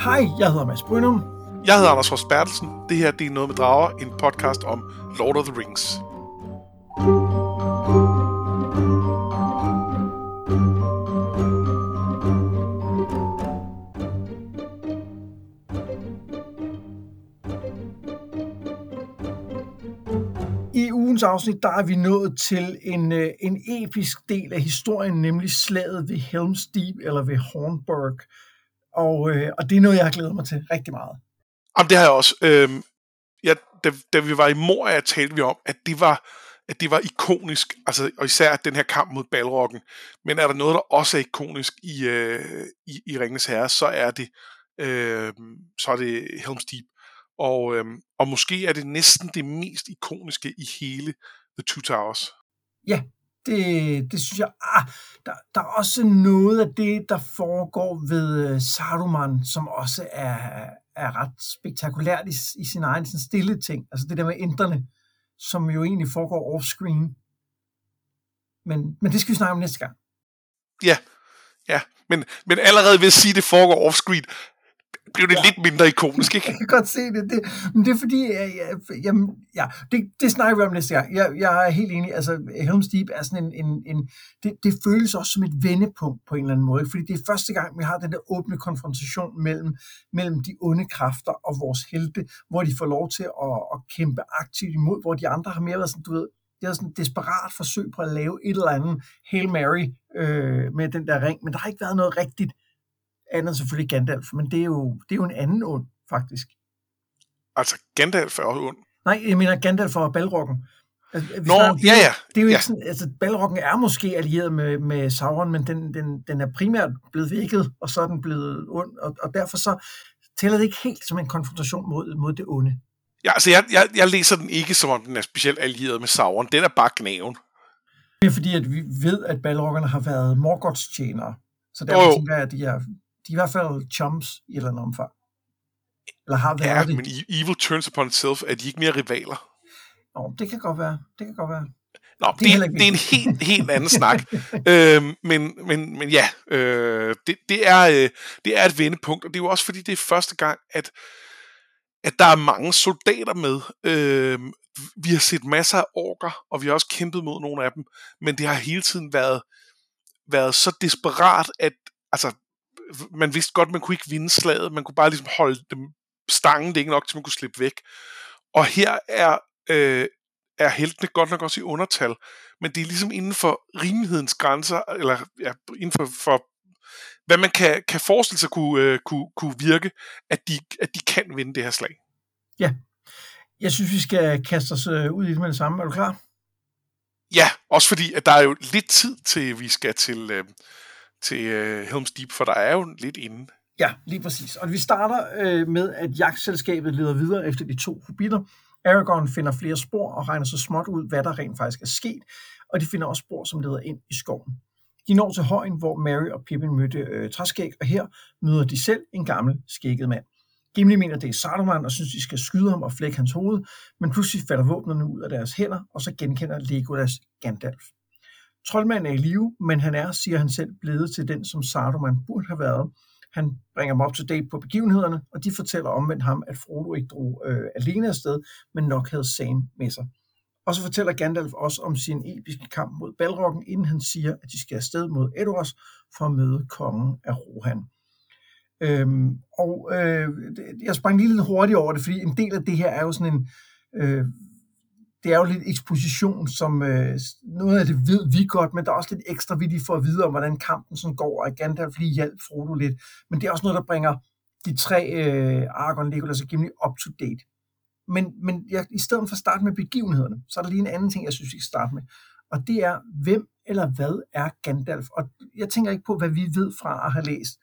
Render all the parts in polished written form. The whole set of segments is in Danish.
Hej, jeg hedder Mads Brynum. Jeg hedder Anders Horst Bertelsen. Det her det er Noget med Drager, en podcast om Lord of the Rings. I ugens afsnit, der er vi nået til en episk del af historien, nemlig slaget ved Helm's Deep, eller ved Hornburg. Og det er noget, jeg har glædet mig til rigtig meget. Jamen, det har jeg også. Da vi var i Moria, talte vi om, at det var ikonisk, altså, og især den her kamp mod Balroggen. Men er der noget, der også er ikonisk i Ringenes Herre, så er det Helm's Deep. Og måske er det næsten det mest ikoniske i hele The Two Towers. Ja, det synes jeg. Der er også noget af det, der foregår ved Saruman, som også er ret spektakulært i sin egen sådan stille ting. Altså det der med inderne, som jo egentlig foregår off-screen. Men det skal vi snakke om næste gang. Ja. Men allerede ved at sige, at det foregår off-screen, bliver det lidt mindre ikonisk, ikke? Jeg kan godt se det. Men det er fordi, det snakker vi om næste gang. Jeg er helt enig. Altså, Helm's Deep er sådan det føles også som et vendepunkt på en eller anden måde, fordi det er første gang, vi har den der åbne konfrontation mellem de onde kræfter og vores helte, hvor de får lov til at kæmpe aktivt imod, hvor de andre har mere været sådan, du ved, det er sådan et desperat forsøg på at lave et eller andet Hail Mary med den der ring, men der har ikke været noget rigtigt andet selvfølgelig Gandalf, men det er jo en anden ond, faktisk. Altså, Gandalf er også ond? Nej, jeg mener Gandalf og Balroggen. Altså, ja. Det er jo ikke sådan, altså Balroggen er måske allieret med Sauron, men den er primært blevet vækket, og så er den blevet ond, og derfor så tæller det ikke helt som en konfrontation mod det onde. Ja, altså jeg læser den ikke, som om den er specielt allieret med Sauron. Den er bare gnaven. Det er fordi, at vi ved, at Balroggerne har været Morgoths tjenere, så derfor tænker jeg, at de er i hvert fald chums i et eller andet omfang. Eller har været det. Men evil turns upon itself. Er de ikke mere rivaler? Det kan godt være. Nå, det er en helt anden snak. Men ja, det er et vendepunkt, og det er jo også fordi, det er første gang, at der er mange soldater med. Vi har set masser af orker, og vi har også kæmpet mod nogle af dem, men det har hele tiden været så desperat, at altså, man vidste godt, man kunne ikke vinde slaget, man kunne bare ligesom holde dem stangen længe nok, til man kunne slippe væk. Og her er heltene godt nok også i undertal, men det er ligesom inden for rimelighedens grænser, eller inden for hvad man kan forestille sig kunne virke, at de kan vinde det her slag. Ja, jeg synes, vi skal kaste os ud i det med det samme. Er du klar? Ja, også fordi, at der er jo lidt tid til, vi skal til Helm's Deep, for der er jo lidt inden. Ja, lige præcis. Og vi starter med, at jagtselskabet leder videre efter de to hobitter. Aragorn finder flere spor og regner så småt ud, hvad der rent faktisk er sket, og de finder også spor, som leder ind i skoven. De når til højen, hvor Merry og Pippin mødte Træskæg, og her møder de selv en gammel skægget mand. Gimli mener, det er Saruman, og synes, de skal skyde ham og flække hans hoved, men pludselig falder våbnerne ud af deres hænder, og så genkender Legolas Gandalf. Troldmanden er i live, men han er, siger han selv, blevet til den, som Saruman burde have været. Han bringer dem op to date på begivenhederne, og de fortæller omvendt ham, at Frodo ikke drog alene afsted, men nok havde Sam med sig. Og så fortæller Gandalf også om sin episke kamp mod Balroggen, inden han siger, at de skal afsted mod Edoras for at møde kongen af Rohan. Jeg sprang lige lidt hurtigt over det, fordi en del af det her er jo sådan en... det er jo lidt eksposition, som noget af det ved vi godt, men der er også lidt ekstra, vi lige får at vide om, hvordan kampen sådan går, og Gandalf lige hjælp Frodo lidt. Men det er også noget, der bringer de tre Aragorn, Legolas og Gimli up to date. Men i stedet for at starte med begivenhederne, så er der lige en anden ting, jeg synes, vi skal starte med. Og det er, hvem eller hvad er Gandalf? Og jeg tænker ikke på, hvad vi ved fra at have læst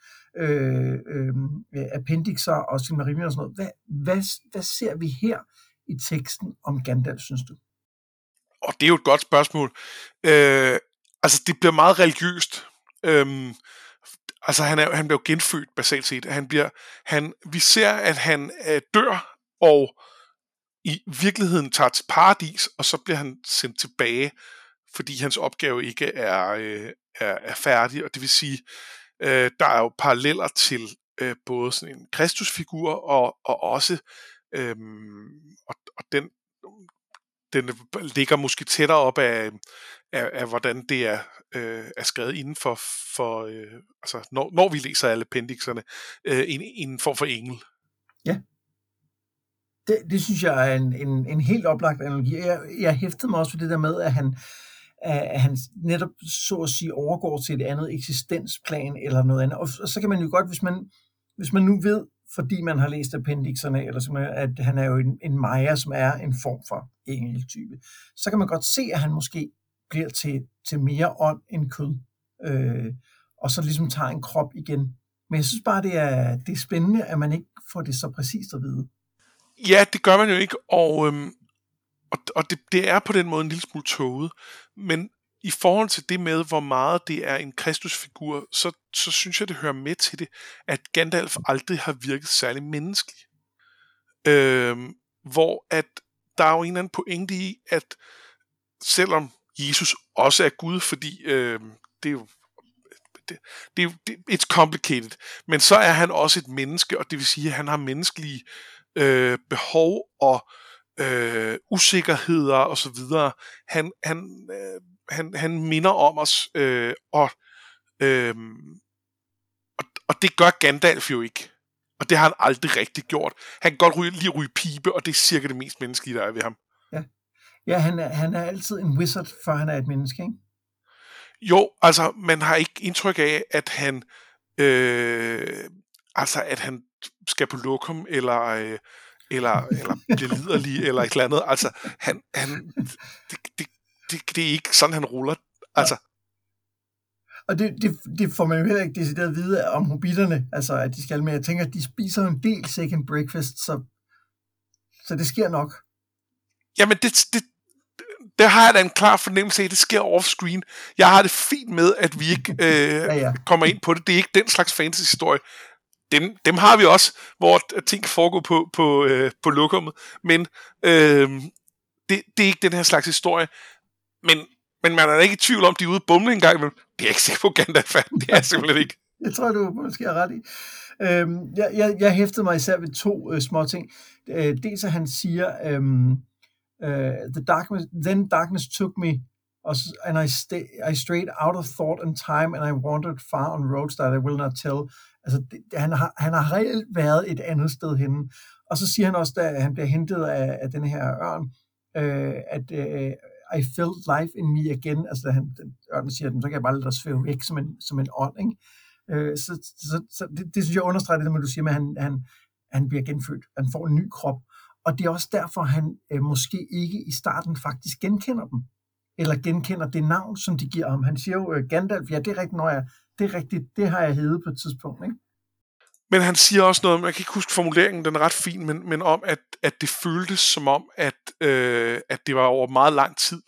appendixer og Silmarillion og sådan noget. Hvad ser vi her i teksten om Gandalf, synes du? Og det er jo et godt spørgsmål. Altså, det bliver meget religiøst. Altså, han bliver genfødt, basalt set. Vi ser, at han dør, og i virkeligheden tager til paradis, og så bliver han sendt tilbage, fordi hans opgave ikke er færdig. Og det vil sige, der er jo paralleller til både sådan en Kristusfigur og også og den ligger måske tættere op af hvordan det er skrevet inden for altså når vi læser alle appendixerne, en form for engel. Ja. Det synes jeg er en helt oplagt analogi. Jeg hæftede mig også for det der med, at han netop så at sige overgår til et andet eksistensplan eller noget andet. Og så kan man jo godt, hvis man nu ved, fordi man har læst appendixerne, eller som at han er jo en Maya, som er en form for engeltype, så kan man godt se, at han måske bliver til mere ånd end kød, og så ligesom tager en krop igen. Men jeg synes bare, det er spændende, at man ikke får det så præcist at vide. Ja, det gør man jo ikke, og det er på den måde en lille smule tåget, men i forhold til det med, hvor meget det er en Kristusfigur, så synes jeg, det hører med til det, at Gandalf aldrig har virket særlig menneskelig. Hvor at der er jo en eller anden pointe i, at selvom Jesus også er Gud, fordi det er jo it's complicated, men så er han også et menneske, og det vil sige, at han har menneskelige behov og usikkerheder og så videre. Han minder om os, og det gør Gandalf jo ikke. Og det har han aldrig rigtig gjort. Han kan godt lige ryge pibe, og det er cirka det mest menneskelige, der er ved ham. Ja, han er altid en wizard, for han er et menneske, ikke? Jo, altså, man har ikke indtryk af, at han skal på lokum, eller bliver liderlig, eller et eller andet. Altså, det er ikke sådan, han ruller. Altså. Og det får man jo heller ikke decideret at vide om hobitterne, altså at de skal med. Jeg tænker, at de spiser en del second breakfast, så det sker nok. Jamen, der har jeg da en klar fornemmelse af, at det sker off-screen. Jeg har det fint med, at vi ikke kommer ind på det. Det er ikke den slags fantasy-historie. Dem har vi også, hvor ting kan foregå på lokummet. Men det er ikke den her slags historie. Men man er da ikke i tvivl om, de er ude bumle en gang. Men det er ikke sikker på, Gandalf. Det er simpelthen ikke. Jeg tror, du måske har ret i. Jeg hæftede mig især ved to små ting. Dels at han siger, then darkness took me, and I strayed out of thought and time, and I wandered far on roads that I will not tell. Altså, han har reelt været et andet sted henne. Og så siger han også, da han bliver hentet af den her ørn, at I felt life in me again. Altså, da ørnen siger, så kan jeg bare lade dig svæve væk som en ånd, ikke? Så det synes jeg understreger det, når du siger, at han bliver genfødt. Han får en ny krop. Og det er også derfor, han måske ikke i starten faktisk genkender dem. Eller genkender det navn, som de giver ham. Han siger jo, Gandalf, ja, det er rigtigt, det er rigtigt, det har jeg heddet på et tidspunkt, ikke? Men han siger også noget, jeg kan ikke huske formuleringen, den er ret fin, men om, at det føltes som om, at det var over meget lang tid.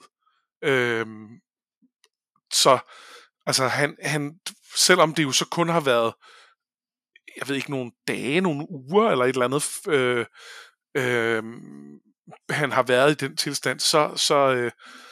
Så altså han, selvom det jo så kun har været, jeg ved ikke, nogle dage, nogle uger, eller et eller andet, han har været i den tilstand, så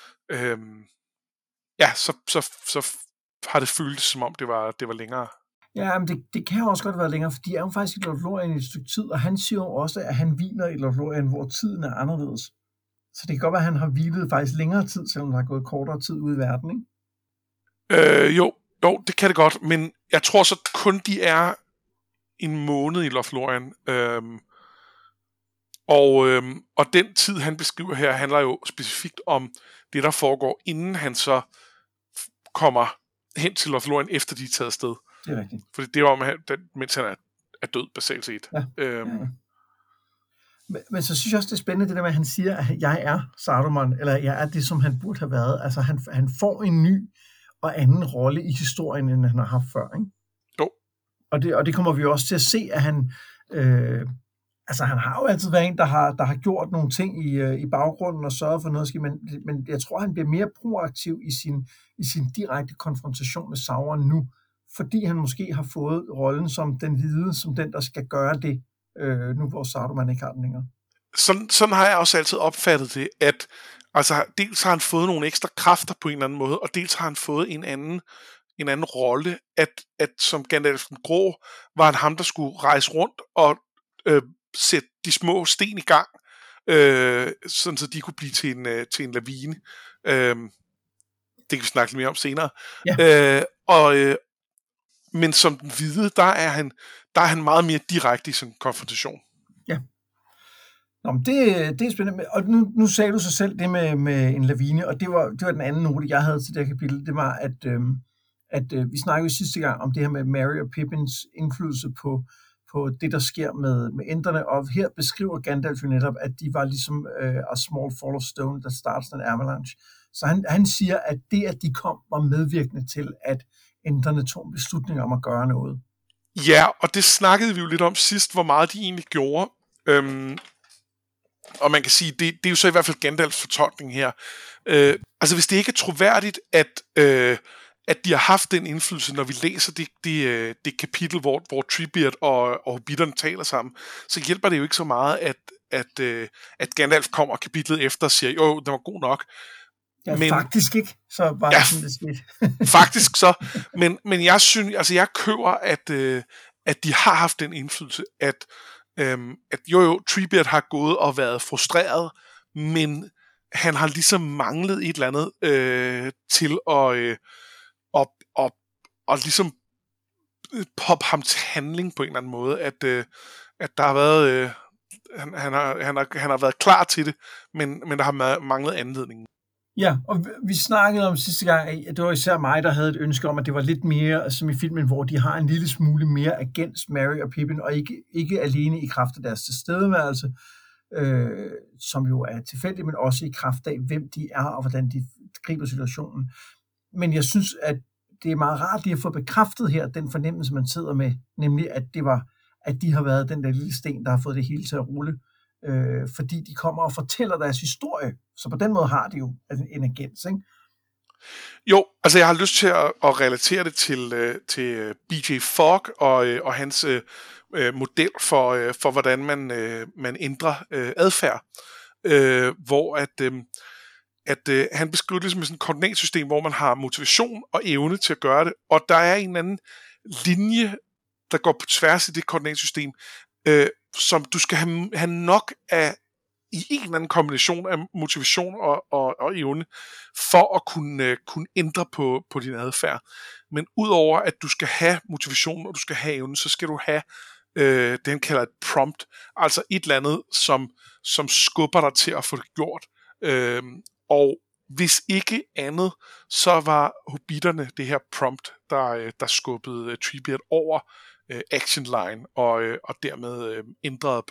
har det føltes som om det var længere. Ja, men det kan også godt være længere, for de er jo faktisk i Lothlórien i et stykke tid, og han siger jo også, at han hviler i Lothlórien, hvor tiden er anderledes. Så det kan godt være, at han har hvilet faktisk længere tid, selvom der har gået kortere tid ude i verden, ikke? Jo, det kan det godt, men jeg tror så kun de er en måned i Lothlórien. Og den tid, han beskriver her, handler jo specifikt om det, der foregår, inden han så kommer hen til Lothlórien, efter de er taget afsted. Det er rigtigt. Fordi det er om, mens han er død, basalt set. Ja. Men så synes jeg også, det er spændende, det der med, at han siger, at jeg er Saruman, eller jeg er det, som han burde have været. Altså, han får en ny og anden rolle i historien, end han har haft før, ikke? Jo. Og det kommer vi jo også til at se, at han... Altså, han har jo altid været en, der har gjort nogle ting i baggrunden og sørget for noget, men jeg tror, han bliver mere proaktiv i sin direkte konfrontation med Sauron nu, fordi han måske har fået rollen som den hvide, som den, der skal gøre det, nu hvor Saruman ikke har den længere. Sådan har jeg også altid opfattet det, at altså, dels har han fået nogle ekstra kræfter på en eller anden måde, og dels har han fået en en anden rolle, at som Gandalf den Grå, var han ham, der skulle rejse rundt og sætte de små sten i gang, sådan så de kunne blive til en lavine. Det kan vi snakke lidt mere om senere. Ja. Men som den hvide, der er han meget mere direkte i sin konfrontation. Ja. Nå, men det er spændende. Og nu sagde du så selv det med en lavine, og det var den anden note, jeg havde til det her kapitel. Det var, at vi snakkede sidste gang om det her med Merry og Pippins indflydelse på det, der sker med Enterne, og her beskriver Gandalf jo netop, at de var ligesom a small fall of stone, der starts an avalanche. Så han siger, at det, at de kom, var medvirkende til, at Enterne tog en beslutning om at gøre noget. Ja, og det snakkede vi jo lidt om sidst, hvor meget de egentlig gjorde. Og man kan sige, det er jo så i hvert fald Gandalfs fortolkning her. Altså hvis det ikke er troværdigt, at de har haft den indflydelse, når vi læser det kapitel, hvor Treebeard og Hobbiterne taler sammen, så hjælper det jo ikke så meget, at Gandalf kommer kapitlet efter og siger, jo, den var god nok. Ja, men, faktisk ikke, så var det sådan, det skete. Faktisk så, men jeg synes, altså jeg køber, at de har haft den indflydelse, at Treebeard har gået og været frustreret, men han har ligesom manglet et eller andet til at ligesom poppe ham til handling på en eller anden måde, at der har været han har været klar til det, men der har manglet anledningen. Ja, og vi snakkede om sidste gang, at det var især mig, der havde et ønske om, at det var lidt mere som i filmen, hvor de har en lille smule mere agens, Merry og Pippin, og ikke alene i kraft af deres tilstedeværelse, som jo er tilfældigt, men også i kraft af, hvem de er, og hvordan de griber situationen. Men jeg synes, at det er meget rart lige at få bekræftet her, den fornemmelse, man sidder med, nemlig at de har været den der lille sten, der har fået det hele til at rulle, fordi de kommer og fortæller deres historie. Så på den måde har de jo en agens, ikke? Jo, altså jeg har lyst til at relatere det til B.J. Fogg og hans model for hvordan man ændrer adfærd, hvor at han beskriver det som sådan et koordinatsystem, hvor man har motivation og evne til at gøre det, og der er en anden linje, der går på tværs i det koordinatsystem, som du skal have nok af i en eller anden kombination af motivation og evne, for at kunne ændre på din adfærd. Men udover at du skal have motivation, og du skal have evne, så skal du have det, han kalder et prompt, altså et eller andet, som skubber dig til at få det gjort. Og hvis ikke andet, så var Hobbiterne det her prompt, der skubbede Treebeard over action line, og dermed ændrede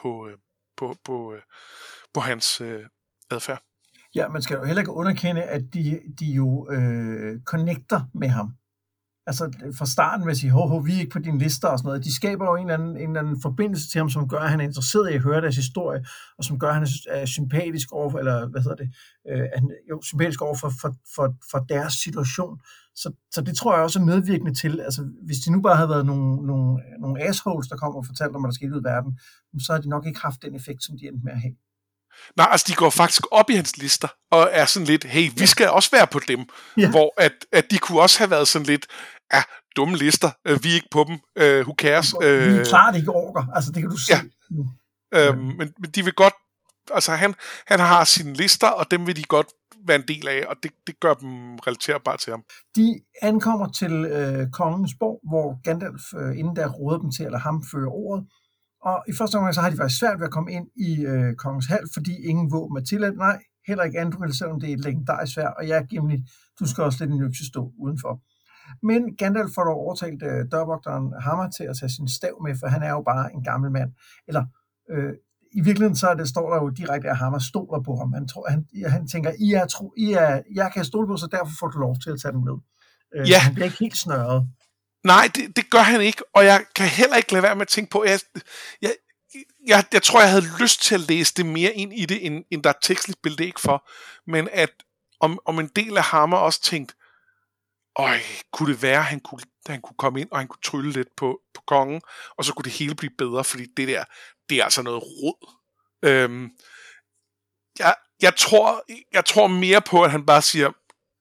på hans adfærd. Ja, man skal jo heller ikke underkende, at de jo connecter med ham. Altså fra starten vil jeg sige, vi er ikke på dine lister og sådan noget. De skaber jo en eller anden forbindelse til ham, som gør, at han er interesseret i at høre deres historie, og som gør, at han er sympatisk over, eller hvad hedder det, sympatisk over for deres situation. Så det tror jeg også er medvirkende til, altså hvis de nu bare havde været nogle assholes, der kom og fortalte om, hvad der skete ud i verden, så havde de nok ikke haft den effekt, som de endte med at have. Nej, altså de går faktisk op i hans lister, og er sådan lidt, hey, vi skal også være på dem, hvor at de kunne også have været sådan lidt, dumme lister, vi er ikke på dem, who cares. Vi er klart ikke orker, altså det kan du se. Ja. Men de vil godt, altså han har sine lister, og dem vil de godt være en del af, og det gør dem relaterbare til ham. De ankommer til kongens borg, hvor Gandalf inden der råder dem til, eller ham fører ordet. Og i første omgang så har de faktisk svært ved at komme ind i kongens hal, fordi ingen våben er tilladt. Nej, heller ikke Anduril, selvom det er et legendarisk sværd. Og ja, Gimli, du skal også lidt en økse stå udenfor. Men Gandalf får dog overtalt dørvogteren Hammer til at tage sin stav med, for han er jo bare en gammel mand. Eller i virkeligheden så står der jo direkte, at Hammer stoler på ham. Han tænker, jeg kan stole på, så derfor får du lov til at tage den med. Han bliver ikke helt snørret. Nej, det gør han ikke, og jeg kan heller ikke lade være med at tænke på, jeg tror, jeg havde lyst til at læse det mere ind i det, end der er tekstligt belæg for, men at om en del af Hammer også tænkte, kunne det være, at han kunne komme ind, og han kunne trylle lidt på kongen, og så kunne det hele blive bedre, fordi det er altså noget rod. Jeg tror mere på, at han bare siger,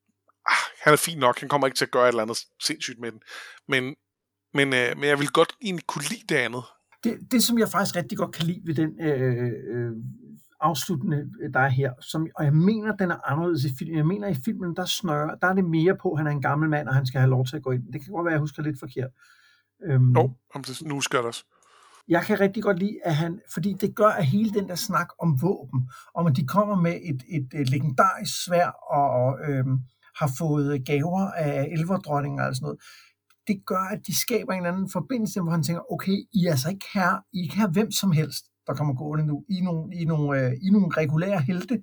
han er fin nok, han kommer ikke til at gøre et eller andet sindssygt med den. Men jeg vil godt egentlig kunne lide det andet. Det, som jeg faktisk rigtig godt kan lide ved den afsluttende, der er her, og jeg mener, den er anderledes i filmen. Jeg mener, i filmen, der er det mere på, at han er en gammel mand, og han skal have lov til at gå ind. Det kan godt være, jeg husker lidt forkert. Nu husker jeg det også. Jeg kan rigtig godt lide, at fordi det gør, at hele den der snak om våben, om at de kommer med et legendarisk sværd, og har fået gaver af elverdronninger og sådan noget, det gør, at de skaber en eller anden forbindelse, hvor han tænker, okay, I er altså ikke her, I er ikke her hvem som helst, der kommer gående nu, I er nogle regulære helte,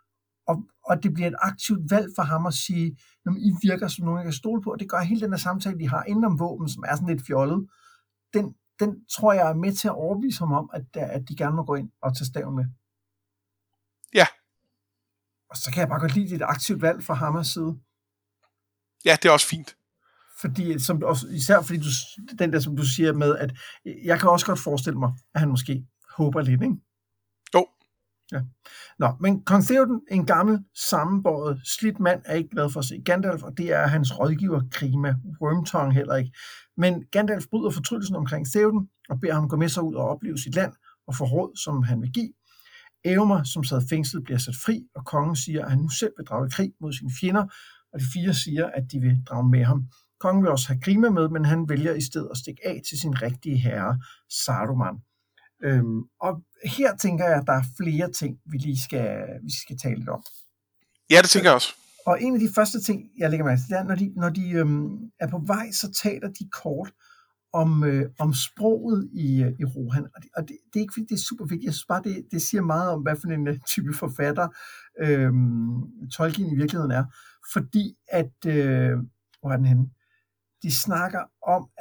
og det bliver et aktivt valg for ham at sige, I virker som nogen, jeg kan stole på, og det gør hele den der samtale, de har inden om våben, som er sådan lidt fjollet, den tror jeg er med til at overbevise ham om, at de gerne må gå ind og tage staven med. Ja. Og så kan jeg bare godt lide, det et aktivt valg fra Hammers side. Ja, det er også fint. Fordi, især fordi den der, som du siger med, at jeg kan også godt forestille mig, at han måske håber lidt, ikke? Jo. Ja. Nå, men Kong Theoden, en gammel, sammenbåret, slidt mand, er ikke glad for at se Gandalf, og det er hans rådgiver, Grima Wormtongue heller ikke. Men Gandalf bryder fortrydelsen omkring Theoden, og beder ham gå med sig ud og opleve sit land, og få råd, som han vil give. Eomer, som sad fængslet, bliver sat fri, og kongen siger, at han nu selv vil drage krig mod sine fjender, og de 4 siger, at de vil drage med ham. Kongen vil også have Grima med, men han vælger i stedet at stikke af til sin rigtige herre, Saruman. Og her tænker jeg, at der er flere ting, vi lige skal tale lidt om. Ja, det tænker jeg også. Og en af de første ting, jeg lægger mærke til, det er, når de er på vej, så taler de kort om sproget i Rohan. Og det er ikke fordi, det er super vigtigt. Jeg synes bare, det siger meget om, hvad for en type forfatter Tolkien i virkeligheden er. Fordi at, hvor er den henne? De snakker om,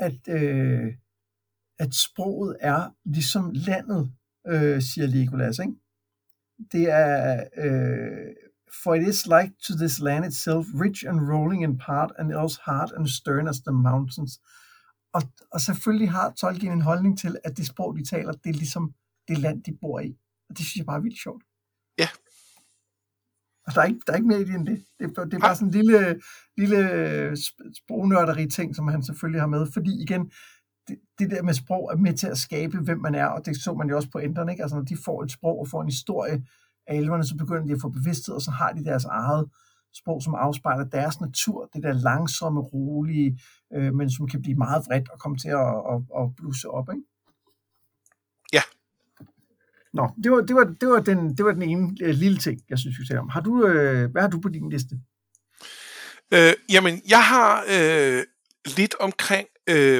at sproget er ligesom landet, siger Legolas, ikke? Det er, for it is like to this land itself, rich and rolling in part, and else hard and stern as the mountains. Og selvfølgelig har Tolkien en holdning til, at det sprog, de taler, det er ligesom det land, de bor i. Og det synes jeg bare er vildt sjovt. Ja. Og der er ikke mere i det end det. Det er bare sådan en lille sprognørderi ting, som han selvfølgelig har med. Fordi igen, det der med sprog er med til at skabe, hvem man er, og det så man jo også på Enderne, ikke? Altså når de får et sprog og får en historie af elverne, så begynder de at få bevidsthed, og så har de deres eget sprog, som afspejler deres natur, det der langsomme, rolige, men som kan blive meget vredt og komme til at blusse op, ikke? Ja. Nå, det var den ene lille ting, jeg synes, vi taler om. Hvad har du på din liste? Jamen, jeg har lidt omkring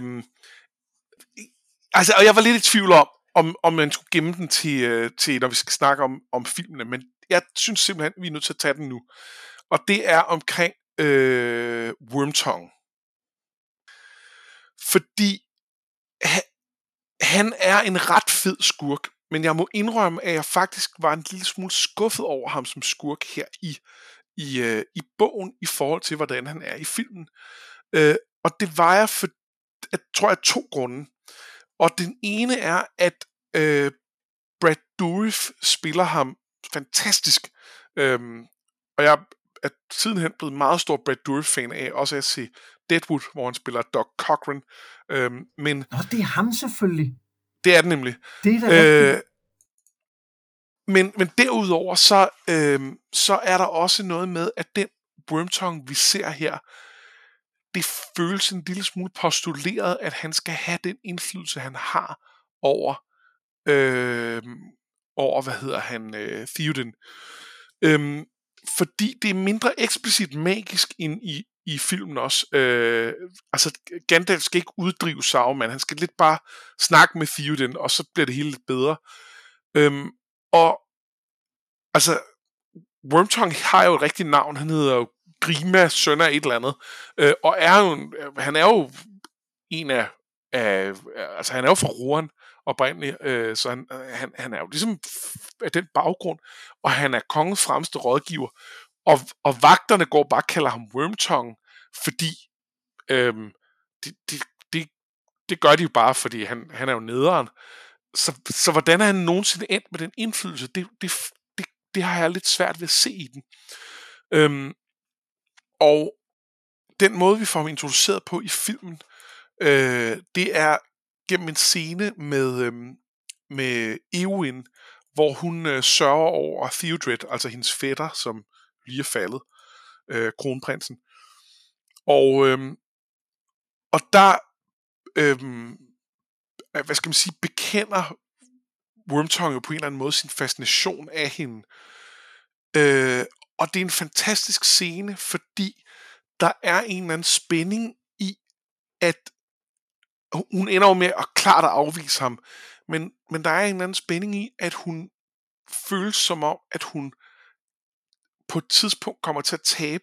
og jeg var lidt i tvivl om man skulle gemme den til når vi skal snakke om filmene, men jeg synes simpelthen, vi er nødt til at tage den nu. Og det er omkring Wormtongue. Fordi han er en ret fed skurk, men jeg må indrømme, at jeg faktisk var en lille smule skuffet over ham som skurk her i bogen, i forhold til, hvordan han er i filmen. Og det var jeg tror jeg, 2 grunde. Og den ene er, at Brad Dourif spiller ham fantastisk. Og jeg er sidenhen blevet meget stor Brad Dourif-fan af, også at se Deadwood, hvor han spiller Doc Cochran. Men det er ham selvfølgelig. Det er det nemlig. Det er da men derudover, så er der også noget med, at den Wormtongue, vi ser her, det føles en lille smule postuleret, at han skal have den indflydelse, han har over Theoden. Fordi det er mindre eksplicit magisk end i filmen også. Gandalf skal ikke uddrive Saruman, han skal lidt bare snakke med Theoden, og så bliver det hele lidt bedre. Og altså, Wormtongue har jo et rigtigt navn, han hedder jo Grima, søn af et eller andet, og han er jo en af altså han er jo fra Rohan oprindeligt, så han er jo ligesom af den baggrund, og han er kongens fremste rådgiver, og vagterne går bare og kalder ham Wormtongue, fordi det gør de jo bare, fordi han er jo nederen. Så hvordan er han nogensinde endt med den indflydelse, det har jeg lidt svært ved at se i den. den måde, vi får ham introduceret på i filmen, det er gennem en scene med Eowyn, hvor hun sørger over Theodred, altså hendes fætter, som lige er faldet, kronprinsen. Og der, hvad skal man sige, bekender Wormtongue jo på en eller anden måde sin fascination af hende. Og det er en fantastisk scene, fordi der er en eller anden spænding i, at hun ender jo med at klart at afvise ham, men der er en eller anden spænding i, at hun føles som om, at hun på et tidspunkt kommer til at tabe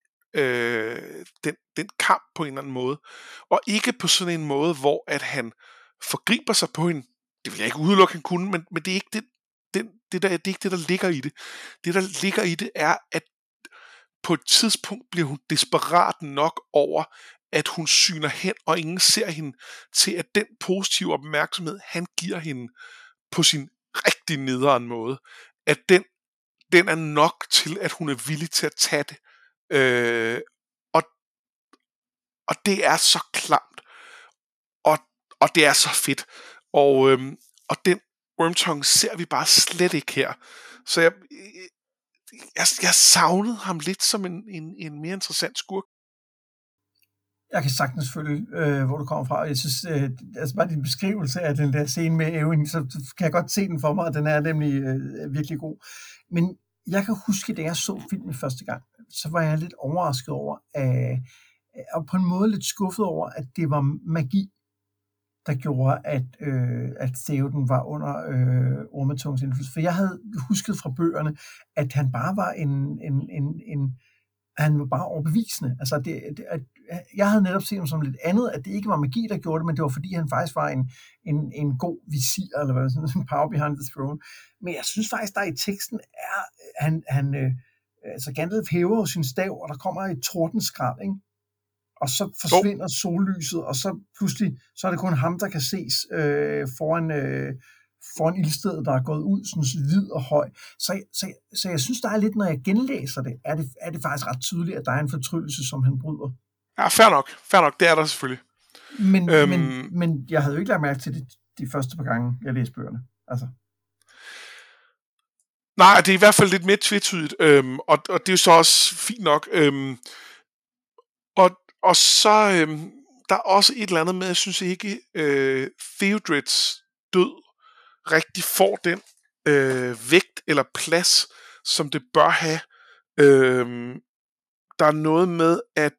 den kamp på en eller anden måde, og ikke på sådan en måde, hvor at han forgriber sig på hende. Det vil jeg ikke udelukke, han kunne, men det er ikke det er ikke det, der ligger i det. Det, der ligger i det, er, at på et tidspunkt bliver hun desperat nok over, at hun syner hen, og ingen ser hende, til at den positive opmærksomhed, han giver hende på sin rigtig nederen måde, at den er nok til, at hun er villig til at tage det. Og det er så klamt, og det er så fedt. Og den Wormtongue ser vi bare slet ikke her. Så jeg savnede ham lidt som en mere interessant skurk. Jeg kan sagtens følge, hvor du kommer fra. Jeg synes, altså bare din beskrivelse af den der scene med Eowyn, så kan jeg godt se den for mig, og den er nemlig virkelig god. Men jeg kan huske, da jeg så filmen første gang, så var jeg lidt overrasket over, og på en måde lidt skuffet over, at det var magi, der gjorde, at Theoden var under Ormetungens indflydelse. For jeg havde husket fra bøgerne, at han bare var han var bare overbevisende. Altså, jeg havde netop set ham som lidt andet, at det ikke var magi, der gjorde det, men det var fordi, han faktisk var en god visir, eller hvad sådan en power behind the throne. Men jeg synes faktisk, der i teksten er, altså Gandalf hæver sin stav, og der kommer et tordenskrald, ikke? Og så forsvinder sollyset, og så pludselig, så er det kun ham, der kan ses foran ildstedet, der er gået ud sådan hvid og høj. Så jeg synes, der er lidt, når jeg genlæser det, er det faktisk ret tydeligt, at der er en fortryllelse, som han bryder. Ja, fair nok, det er der selvfølgelig. Men jeg havde jo ikke lagt mærke til det de første par gange, jeg læste bøgerne. Altså. Nej, det er i hvert fald lidt mere tvetydigt, og det er jo så også fint nok. Og så der er også et eller andet med, jeg synes ikke, Theodreds død rigtig får den vægt eller plads, som det bør have. Der er noget med, at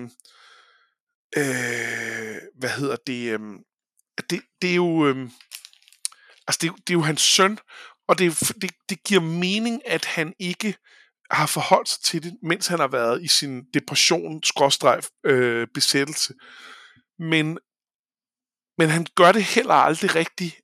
det er jo altså det er jo hans søn, og det giver mening, at han ikke har forholdt sig til det, mens han har været i sin depression/besættelse. Men han gør det heller aldrig rigtigt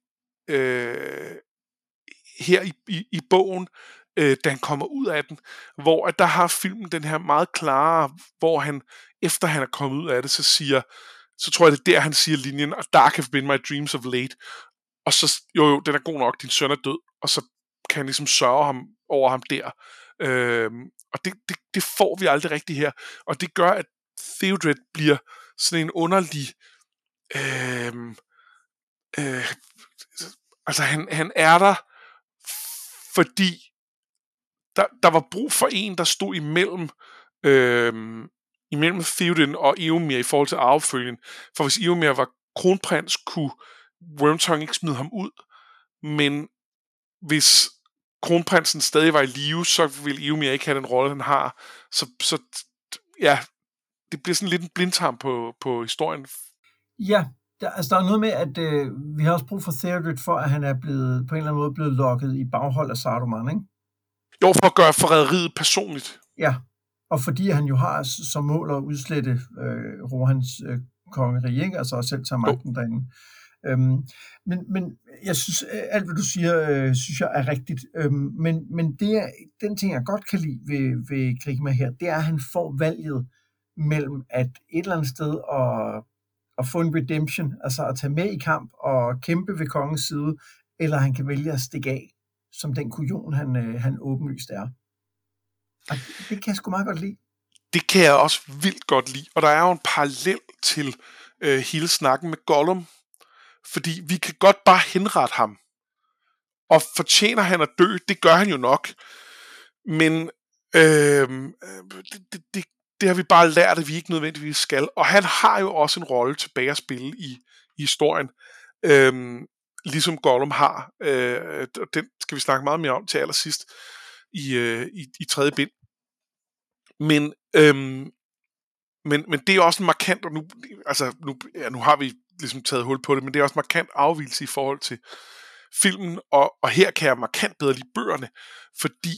her i bogen, da han kommer ud af den, hvor at der har filmen den her meget klare, hvor han, efter han er kommet ud af det, så tror jeg, det er der, han siger linjen, og dark have been my dreams of late. Og så, jo, den er god nok, din søn er død, og så kan han ligesom sørge over ham der. Og det får vi aldrig rigtigt her. Og det gør, at Theodred bliver sådan en underlig altså han er der, fordi der var brug for en, der stod imellem Theoden og Eomer i forhold til arvefølgen. For hvis Eomer var kronprins, kunne Wormtongue ikke smide ham ud, men hvis kronprinsen stadig var i live, så ville Eomer ikke have den rolle, han har. Så ja, det bliver sådan lidt en blindtarm på historien. Ja, der er noget med, at vi har også brug for Theodred for, at han er blevet på en eller anden måde blevet lokket i baghold af Saruman, ikke? Jo, for at gøre forræderiet personligt. Ja, og fordi han jo har som mål at udslette Rohans kongerige, ikke? Altså selv tage magten derinde. Men jeg synes, alt hvad du siger, synes jeg er rigtigt. Men den ting, jeg godt kan lide ved Grigma her, det er, at han får valget mellem at et eller andet sted at få en redemption, altså at tage med i kamp og kæmpe ved kongens side, eller han kan vælge at stikke af, som den kujon, han åbenlyst er. Og det kan jeg sgu meget godt lide. det kan jeg også vildt godt lide. Og der er jo en parallel til hele snakken med Gollum. Fordi vi kan godt bare henrette ham. Og fortjener han at dø, det gør han jo nok. Men det har vi bare lært, at vi ikke nødvendigvis skal. Og han har jo også en rolle tilbage at spille i historien. Ligesom Gollum har. Den skal vi snakke meget mere om til allersidst i tredje bind. Men det er også en markant, og nu har vi ligesom taget hul på det, men det er også en markant afvigelse i forhold til filmen, og her kan jeg markant bedre lide bøgerne, fordi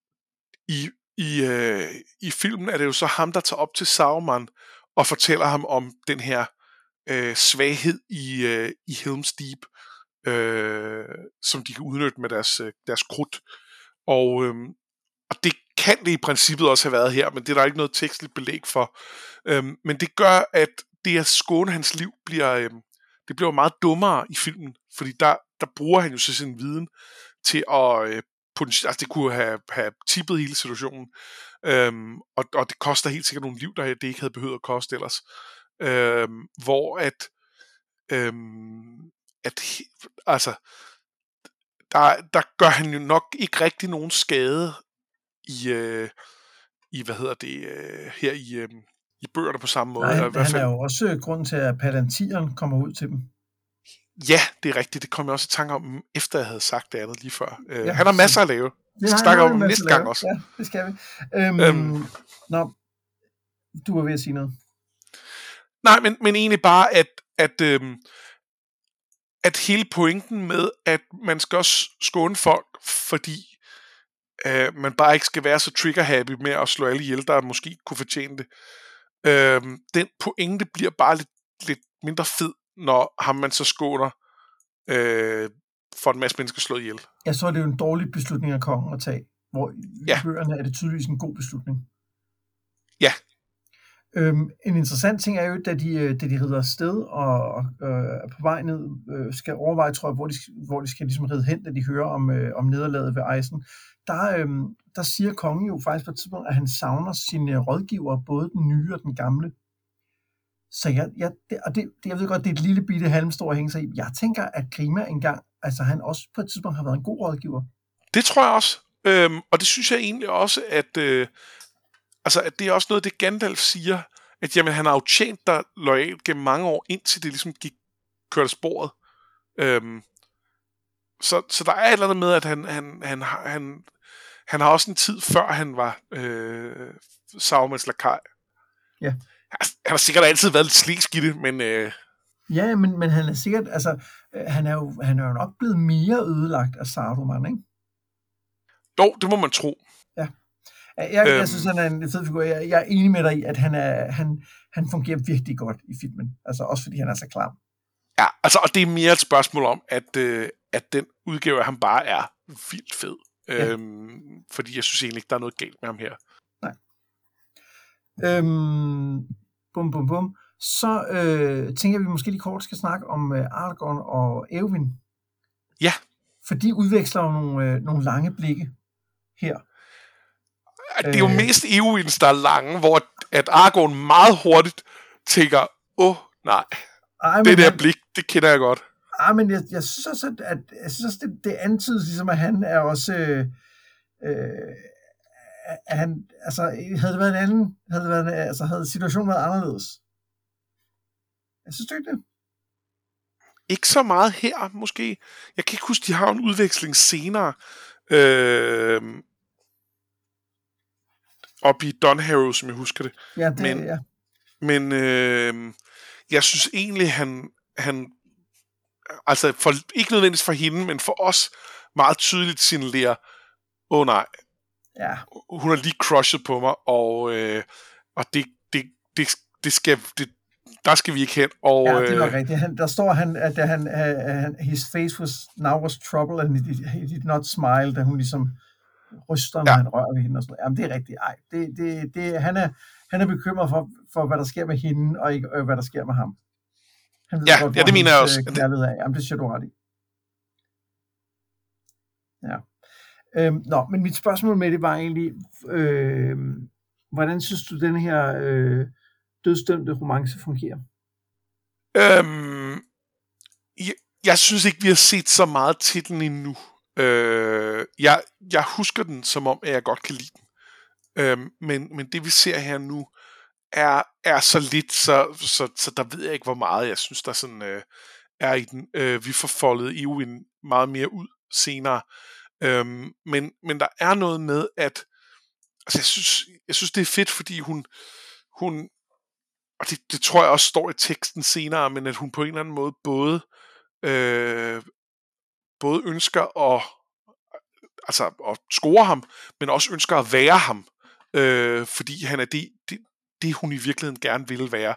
i filmen er det jo så ham, der tager op til Saruman og fortæller ham om den her svaghed i Helm's Deep, som de kan udnytte med deres krudt. Og det kan det i princippet også have været her, men det er der ikke noget tekstligt belæg for. Men det gør, at det at skåne hans liv bliver meget dummere i filmen, fordi der bruger han jo så sin viden til at det kunne have tippet hele situationen, og det koster helt sikkert nogle liv, der det ikke havde behøvet at koste ellers. Hvor der gør han jo nok ikke rigtig nogen skade her i bøgerne på samme måde. Nej, han er jo også grunden til, at Palantiren kommer ud til dem. Ja, det er rigtigt. Det kom jeg også i tanke om, efter jeg havde sagt det andet lige før. Han har masser at lave. Vi skal snakke om næste gang også. Ja, det skal vi. Nå, du var ved at sige noget. Nej, men egentlig bare, at hele pointen med, at man skal også skåne folk, fordi man bare ikke skal være så trigger-happy med at slå alle ihjel, der måske kunne fortjene det. Den pointe bliver bare lidt mindre fed, når ham man så skåner for en masse mennesker slået ihjel. Ja, så er det jo en dårlig beslutning af kongen at tage, hvor i bøgerne er det tydeligvis en god beslutning. Ja. En interessant ting er jo, da de rider afsted og på vej ned skal overveje, tror jeg, hvor de skal ligesom ride hen, da de hører om nederlaget ved Eisen. Der siger kongen jo faktisk på et tidspunkt, at han savner sine rådgiver, både den nye og den gamle. Så jeg ved godt, det er et lille bitte halmstrå at hænge sig i. Jeg tænker, at Grima engang, altså han også på et tidspunkt har været en god rådgiver. Det tror jeg også. Og det synes jeg egentlig også, at det er også noget, det Gandalf siger, at jamen, han har jo tjent dig loyalt gennem mange år, indtil det ligesom kørte sporet. Så der er et eller andet med, at han har også en tid, før han var Sarumans lakaj. Ja. Han har sikkert altid været lidt sliksk i det, men... Ja, men han er sikkert, han er jo nok blevet mere ødelagt af Saruman, ikke? Jo, det må man tro. Ja. Jeg synes, han er en fed figur. Jeg er enig med dig i, at han fungerer virkelig godt i filmen. Altså også fordi han er så klam. Ja, og det er mere et spørgsmål om, at den udgave af ham bare er vildt fed. Ja. Fordi jeg synes egentlig ikke, der er noget galt med ham her. Nej. Bum. Så tænker vi måske lige kort skal snakke om Aragorn og Eowyn. Ja. For de udveksler jo nogle lange blikke her. Det er jo mest Eowyns, der er lange, hvor at Aragorn meget hurtigt tænker, nej, det der blik, det kender jeg godt. Men jeg synes også, at det antydes ligesom, at han er også... havde det været en anden... Havde situationen været anderledes? Jeg synes ikke det. Ikke så meget her, måske. Jeg kan ikke huske, de har en udveksling senere. Op i Dunharrow, som jeg husker det. Ja, det ja. Men jeg synes egentlig, han ikke nødvendigvis for hende, men for os meget tydeligt signalerer, nej, ja. Hun har lige crushet på mig, og det skal... Der skal vi ikke hen. Og, ja, det er nok rigtigt. Der står at his face was trouble, and he did not smile, da hun ligesom ryster, når han rører ved hende og sådan noget. Jamen, det er rigtigt. Han er bekymret for, hvad der sker med hende, og ikke hvad der sker med ham. Han ved godt, det mener jeg også. Jamen, det siger du ret i. Ja. Men mit spørgsmål med det var egentlig, Hvordan synes du, den her dødsdømte romance fungerer? Jeg synes ikke, vi har set så meget til den endnu. Jeg husker den, som om, at jeg godt kan lide den. Men det, vi ser her nu, er så lidt, så der ved jeg ikke, hvor meget jeg synes, der sådan er i den. Vi får foldet Eowyn meget mere ud senere. Men der er noget med, at altså jeg synes, det er fedt, fordi hun og det tror jeg også står i teksten senere, men at hun på en eller anden måde både ønsker at score ham, men også ønsker at være ham, fordi han er det hun i virkeligheden gerne vil være.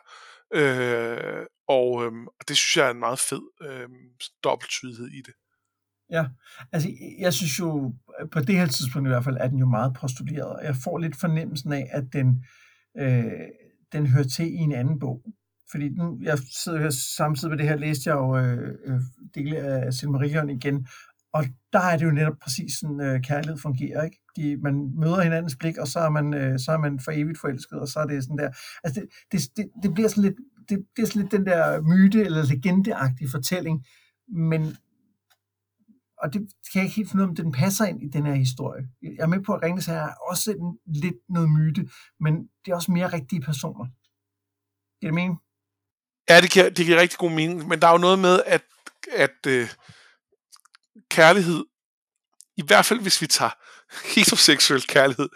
Og det synes jeg er en meget fed dobbelttydighed i det. Ja, altså jeg synes jo, på det her tidspunkt i hvert fald, er den jo meget postuleret, og jeg får lidt fornemmelsen af, at den hører til i en anden bog. Fordi nu, jeg sidder her samtidig med det her, læste jeg jo dele af Silmarillion igen, og der er det jo netop præcis sådan, kærlighed fungerer, ikke? Man møder hinandens blik, og så er man for evigt forelsket, og så er det sådan der. Altså det bliver sådan lidt, det er sådan lidt den der myte- eller legendeagtige fortælling, men og det kan jeg ikke helt finde ud af, om den passer ind i den her historie. Jeg er med på, at Ringenes Herre er også lidt noget myte, men det er også mere rigtige personer. Giver det mening? Ja, det giver rigtig god mening, men der er jo noget med, at kærlighed, i hvert fald hvis vi tager heteroseksuel kærlighed,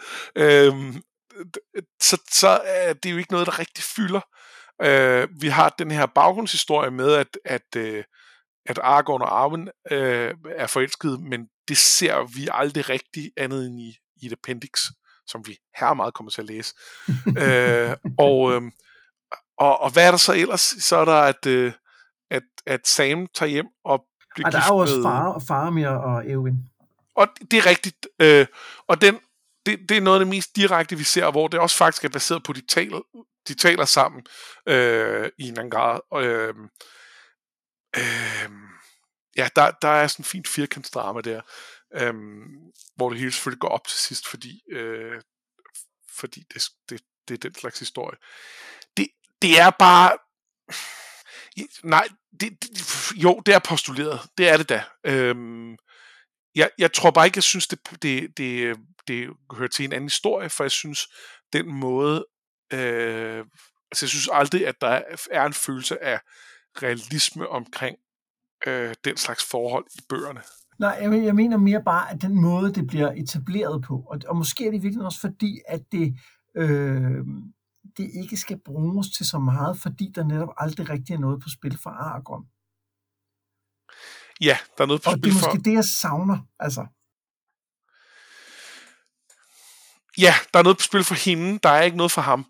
så er det jo ikke noget, der rigtig fylder. Vi har den her baggrundshistorie med, at Aragorn og Arwen er forelskede, men det ser vi aldrig rigtig andet end i et appendix, som vi her meget kommer til at læse. Og hvad er der så ellers? Så er der, at Sam tager hjem og bliver gift med... Der er jo også Faramir og Eowyn. Og det er rigtigt. Og det er noget af det mest direkte, vi ser, hvor det også faktisk er baseret på, de taler sammen i en anden grad. Ja, der er sådan en fint firkantsdrama der, hvor det hele selvfølgelig går op til sidst, fordi det er den slags historie. Det er bare... Nej, det er postuleret. Det er det da. Jeg tror bare ikke, jeg synes, det hører til en anden historie, for jeg synes, den måde... jeg synes aldrig, at der er en følelse af realisme omkring den slags forhold i bøgerne. Nej, jeg mener mere bare, at den måde, det bliver etableret på, og måske er det virkelig også fordi, at det ikke skal bruges til så meget, fordi der netop aldrig rigtig er noget på spil for Aragorn. Ja, der er noget på spil for... Og det er måske det, jeg savner, altså. Ja, der er noget på spil for hende, der er ikke noget for ham.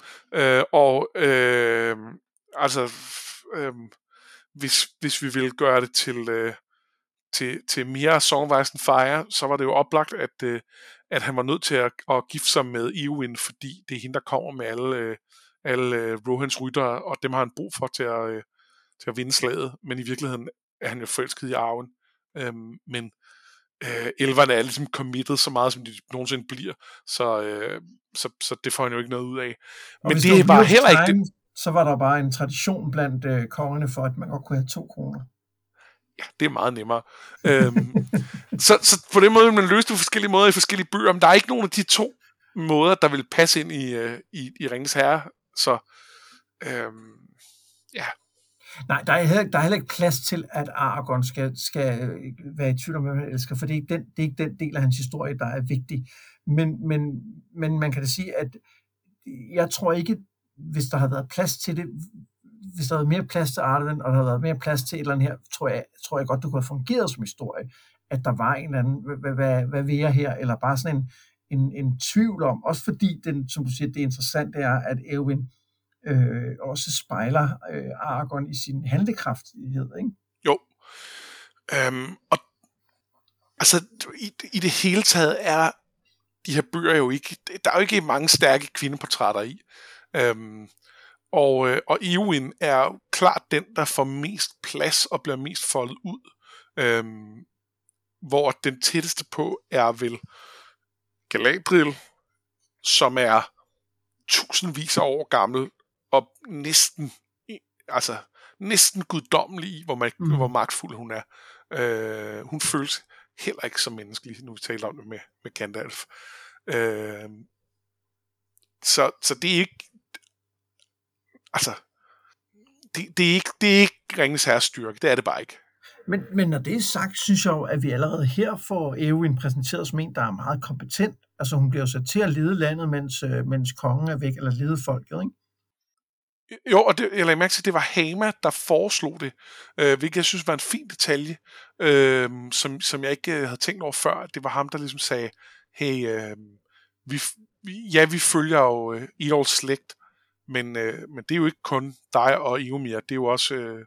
Hvis vi vil gøre det til mere Song of Ice and Fire, så var det jo oplagt, at han var nødt til at gifte sig med Eowyn, fordi det er hende, der kommer med alle Rohans ryttere, og dem har han brug for til at vinde slaget. Men i virkeligheden er han jo forelsket i Arwen. Men elverne er ligesom committed så meget, som de nogensinde bliver, så det får han jo ikke noget ud af. Men det var heller ikke det. Så var der bare en tradition blandt kongerne for, at man godt kunne have 2 koner. Ja, det er meget nemmere. Så på den måde vil man løse det på forskellige måder i forskellige bøger, men der er ikke nogen af de 2 måder, der vil passe ind i Ringenes Herre. Så ja. Nej, der er heller ikke plads til, at Aragorn skal være i tvivl om, hvem han elsker, for det er ikke den del af hans historie, der er vigtig. Men man kan da sige, at jeg tror ikke, hvis der havde været plads til det, hvis der havde været mere plads til Arwen, og der havde været mere plads til et eller andet her, tror jeg godt, det kunne have fungeret som historie, at der var en eller anden, hvad vil jeg her, eller bare sådan en tvivl om, også fordi, som du siger, det interessante er, at Eowyn også spejler Aragorn i sin handlekraftighed, ikke? Jo. Og altså, i det hele taget er de her bøger jo ikke, der er jo ikke mange stærke kvindeportrætter i. Og Eowyn er jo klart den, der får mest plads og bliver mest foldet ud. Hvor den tætteste på er vel Galadriel, som er tusindvis af år gammel, og næsten guddommelig i, hvor magtfuld hun er. Hun føles heller ikke som menneskelig, nu vi taler om det med Gandalf. Så det er ikke, altså, det er ikke Ringenes Herres styrke, det er det bare ikke. Men når det er sagt, synes jeg jo, at vi allerede her får Eowyn præsenteret som en, der er meget kompetent. Altså hun bliver jo sat til at lede landet, mens kongen er væk, eller lede folket, ikke? Jo, og jeg lagde mærke til, at det var Hama, der foreslog det, hvilket jeg synes var en fin detalje, som jeg ikke havde tænkt over før. Det var ham, der ligesom sagde, hey, vi følger jo Eorls slægt, men det er jo ikke kun dig og Eomer, det er jo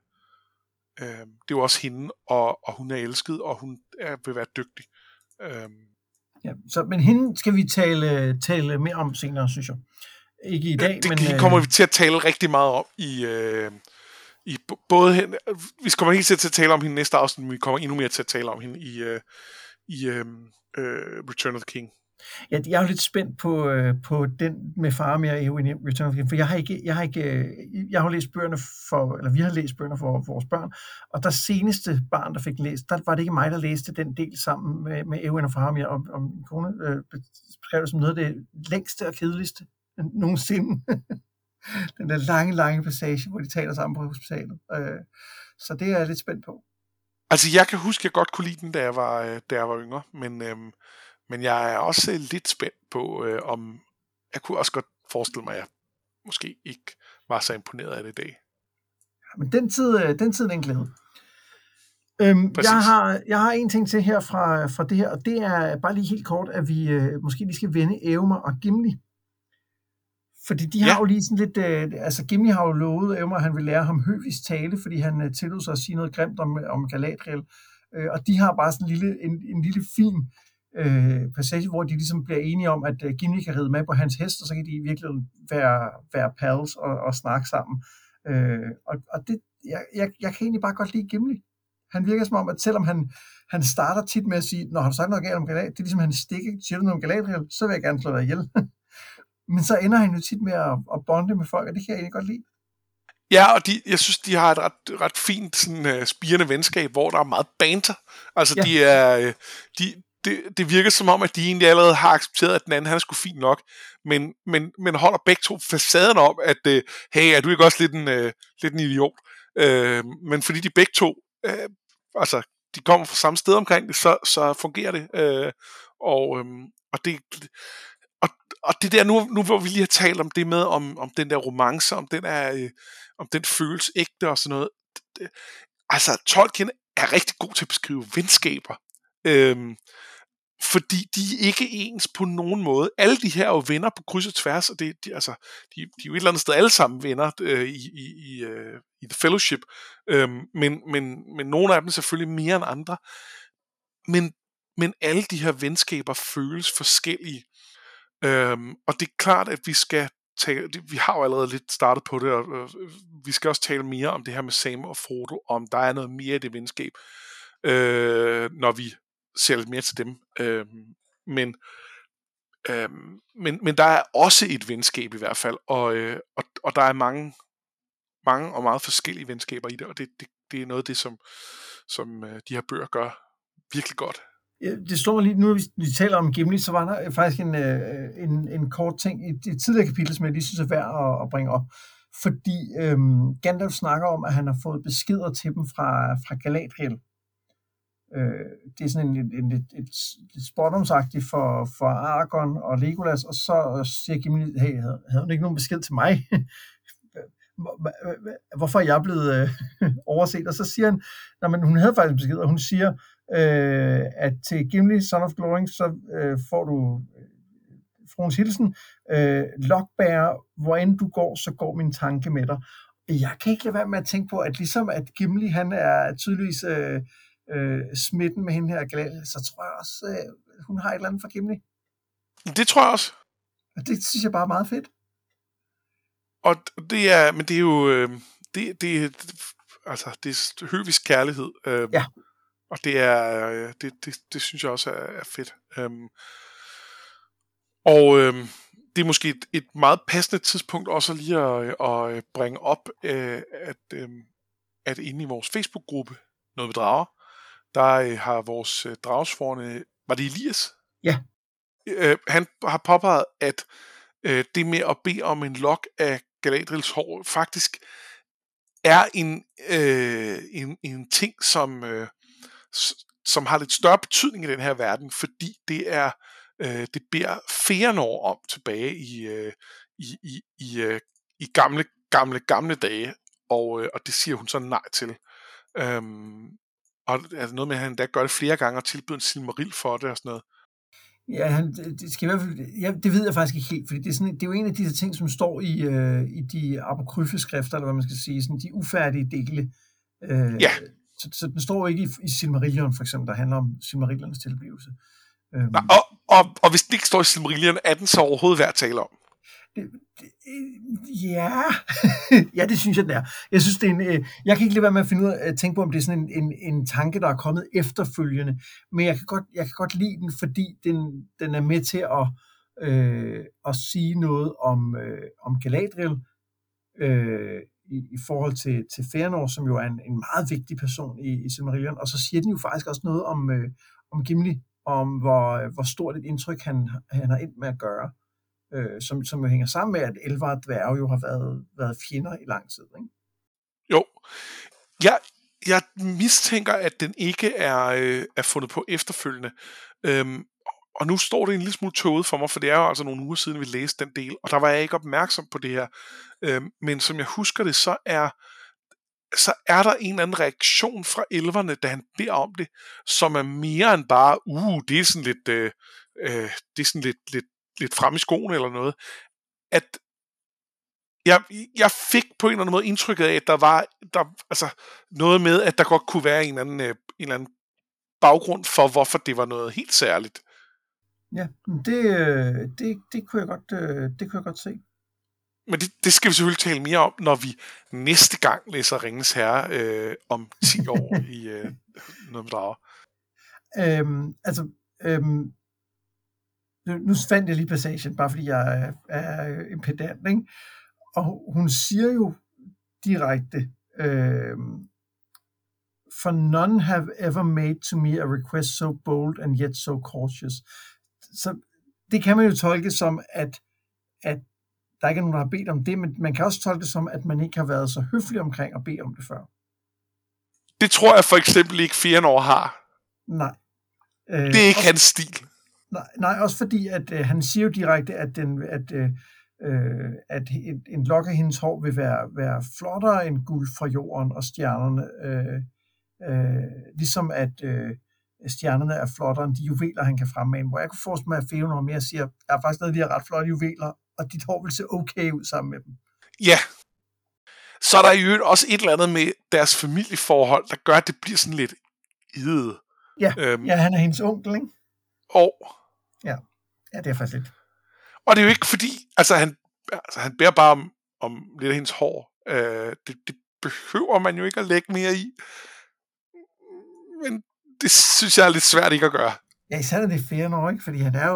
også hende, og hun er elsket, og hun vil være dygtig. Ja, men hende skal vi tale mere om senere, synes jeg. Ikke i dag, men... Det kommer vi til at tale rigtig meget om i både... Vi kommer helt til at tale om hende næste afsnit, men vi kommer endnu mere til at tale om hende i Return of the King. Ja, jeg er jo lidt spændt på den med Faramir og Eowyn i Return of the King, for jeg har læst bøgerne vi har læst bøgerne for vores børn, og der seneste barn, der fik læst, der var det ikke mig, der læste den del sammen med Eowyn og Faramir, og min kone beskrev det som noget af det længste og kedeligste nogensinde. Den der lange passage, hvor de taler sammen på hospitalet. Så det er jeg lidt spændt på. Altså, jeg kan huske, at jeg godt kunne lide den, da jeg var yngre, men jeg er også lidt spændt på, om jeg kunne også godt forestille mig, at jeg måske ikke var så imponeret af det i dag. Men den tid er en glæde. Jeg har en ting til her fra det her, og det er bare lige helt kort, at vi måske lige skal vende Eomer og Gimli. Fordi de har jo lige sådan lidt... altså Gimli har jo lovet Eomer, at han vil lære ham høvis tale, fordi han tillod sig at sige noget grimt om Galadriel. Og de har bare sådan en lille fin passage, hvor de ligesom bliver enige om, at Gimli kan ride med på hans hest, og så kan de i virkeligheden være pals og snakke sammen. Og det, jeg kan egentlig bare godt lide Gimli. Han virker som om, at selvom han starter tit med at sige, når har du sagt noget galt om Galadriel, det er ligesom han stikker, siger du noget om Galadriel, så vil jeg gerne slå dig ihjel. Men så ender han jo tit med at bonde med folk, og det kan jeg egentlig godt lide. Ja, og jeg synes, de har et ret fint sådan, spirende venskab, hvor der er meget banter. Altså, ja. Det virker som om, at de egentlig allerede har accepteret, at den anden, han er sgu fint nok, men holder begge to facaden om, at hey, er du ikke også lidt en idiot? Men fordi de begge to, altså, de kommer fra samme sted omkring det, så fungerer det. Og det... Og det der, nu hvor vi lige har talt om det med, om den der romance, om den føles ægte og sådan noget. Altså, Tolkien er rigtig god til at beskrive venskaber. Fordi de er ikke ens på nogen måde. Alle de her er jo venner på kryds og tværs, og de er jo et eller andet sted alle sammen venner i The Fellowship. Men nogle af dem selvfølgelig mere end andre. Men alle de her venskaber føles forskellige. Og det er klart, at vi skal tale, vi har jo allerede lidt startet på det, og vi skal også tale mere om det her med Sam og Frodo, om der er noget mere i det venskab, når vi ser lidt mere til dem. Men der er også et venskab i hvert fald, og der er mange og meget forskellige venskaber i det, og det er noget af det, som de her bøger gør virkelig godt. Det slår mig lige, nu vi taler om Gimli, så var der faktisk en kort ting i et tidligere kapitel, som jeg lige synes er værd at bringe op. Fordi Gandalf snakker om, at han har fået beskeder til dem fra Galadriel. Det er sådan et spådomsagtigt for Aragorn og Legolas, og så siger Gimli, hey, havde hun ikke nogen besked til mig? Hvorfor er jeg blevet overset? Og så siger han, men hun havde faktisk besked, og hun siger, at til Gimli, Son of Glory, så får du fruens hilsen, lokbærer, hvor end du går, så går min tanke med dig. Jeg kan ikke lade være med at tænke på, at ligesom at Gimli, han er tydeligvis smitten med hende her Galadriel, så tror jeg også, hun har et eller andet for Gimli. Det tror jeg også. Og det synes jeg bare er meget fedt. Og det er, men det er jo, det er høvisk kærlighed. Ja. Og det er, det synes jeg også er fedt. det er måske et meget passende tidspunkt også lige at bringe op, at inde i vores Facebook-gruppe, Noget med Drager, der har vores dragesforne, var det Elias? Ja. Han har påpeget, at det med at bede om en lok af Galadriels hår faktisk er en ting, som har lidt større betydning i den her verden, fordi det beder Fëanor om tilbage i gamle dage, og det siger hun så nej til. Og er det noget med, at han da gør det flere gange og tilbyder en Silmaril for det og sådan noget? Ja, det skal i hvert fald, det ved jeg faktisk ikke helt, fordi det er jo en af de ting, som står i de apokryfe skrifter, eller hvad man skal sige, sådan de ufærdige dele. Ja. Så den står ikke i Silmarillion, for eksempel, der handler om Silmarilliernes tilblivelse. Og hvis det ikke står i Silmarillion, er den så overhovedet værd at tale om? Ja. Ja, det synes jeg, den er. Jeg synes, det er jeg kan ikke lade være med at finde ud af at tænke på, om det er sådan en tanke, der er kommet efterfølgende, men jeg kan godt lide den, fordi den er med til at sige noget om Galadriel i forhold til Fëanor, som jo er en meget vigtig person i Silmarillion, og så siger den jo faktisk også noget om Gimli, om hvor stort et indtryk han har endt med at gøre. Som jo hænger sammen med, at elver og dværge jo har været fjender i lang tid, ikke? Jo. Jeg mistænker, at den ikke er fundet på efterfølgende. Og nu står det en lille smule tåget for mig, for det er jo altså nogle uger siden, vi læste den del, og der var jeg ikke opmærksom på det her. Men som jeg husker det, så er der en eller anden reaktion fra elverne, da han beder om det, som er mere end bare, det er sådan lidt frem i skoene eller noget, at jeg fik på en eller anden måde indtrykket af, at der var altså noget med, at der godt kunne være en eller anden baggrund for, hvorfor det var noget helt særligt. Ja, det kunne jeg godt se. Men det skal vi selvfølgelig tale mere om, når vi næste gang læser Ringens Herre om 10 år i Noget med Drager. Nu fandt jeg lige passagen, bare fordi jeg er en pedant, ikke? Og hun siger jo direkte, for none have ever made to me a request so bold and yet so cautious. Så det kan man jo tolke som, at der ikke er nogen, der har bedt om det, men man kan også tolke det som, at man ikke har været så høflig omkring at bede om det før. Det tror jeg for eksempel ikke Fëanor har. Nej. Det er ikke hans stil. Nej, også fordi, at han siger jo direkte, at en lok af hendes hår vil være flottere end guld fra jorden og stjernerne. Ligesom at stjernerne er flottere end de juveler, han kan fremmane. Hvor jeg kunne forestille mig, at Fëanor mere siger, jeg har faktisk noget af de her ret flotte juveler, og dit hår vil se okay ud sammen med dem. Ja. Så er der jo også et eller andet med deres familieforhold, der gør, at det bliver sådan lidt idet. Ja, han er hendes onkel, ikke? Ja, det er faktisk lidt. Og det er jo ikke fordi, han beder bare om lidt af hendes hår. Det behøver man jo ikke at lægge mere i. Men det synes jeg er lidt svært ikke at gøre. Ja, især er det Fëanor, ikke? Fordi han er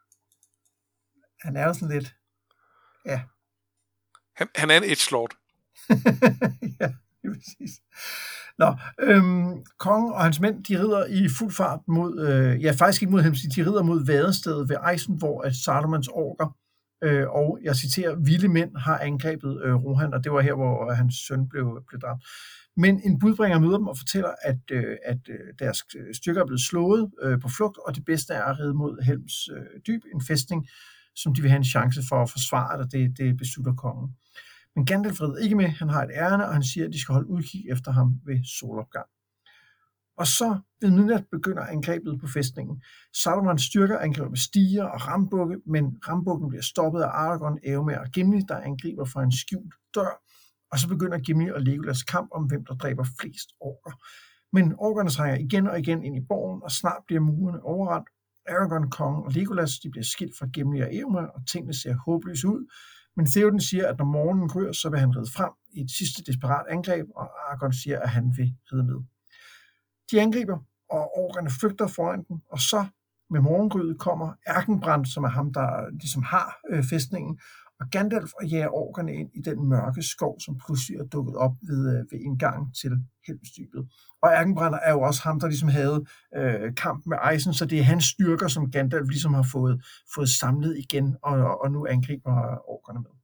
jo sådan lidt, ja. Han er en edgelord. Ja, det er præcis. Nå, kongen og hans mænd, de rider i fuld fart mod, faktisk ikke mod ham, de rider mod vadestedet ved Ejsen, hvor at Sarumans orker, og jeg citerer, vilde mænd har angrebet Rohan, og det var her, hvor hans søn blev dræbt. Men en budbringer møder dem og fortæller, at deres styrker er blevet slået på flugt, og det bedste er at ride mod Helms dyb, en fæstning, som de vil have en chance for at forsvare, og det beslutter kongen. Men Gandalf rider ikke med, han har et ærinde, og han siger, at de skal holde udkig efter ham ved solopgang. Og så ved midnat begynder angrebet på fæstningen. Sarumans styrker angriber med stiger og rambukke, men rambukken bliver stoppet af Aragorn, Éomer og Gimli, der angriber fra en skjult dør. Og så begynder Gimli og Legolas kamp om, hvem der dræber flest orker. Men orkerne trænger igen og igen ind i borgen, og snart bliver murene overrendt. Aragorn, kongen og Legolas, de bliver skilt fra Gimli og Éomer, og tingene ser håbløse ud. Men Theoden siger, at når morgenen gryer, så vil han ride frem i et sidste desperat angreb, og Aragorn siger, at han vil ride med. De angriber, og orkerne flygter foran dem, og så med morgengryet kommer Erkenbrand, som er ham, der ligesom har fæstningen, og Gandalf og jager orkerne ind i den mørke skov, som pludselig er dukket op ved indgangen til Helmsdybet. Og Erkenbrand er jo også ham, der ligesom havde kamp med Eisen, så det er hans styrker, som Gandalf ligesom har fået samlet igen, og nu angriber orkerne med.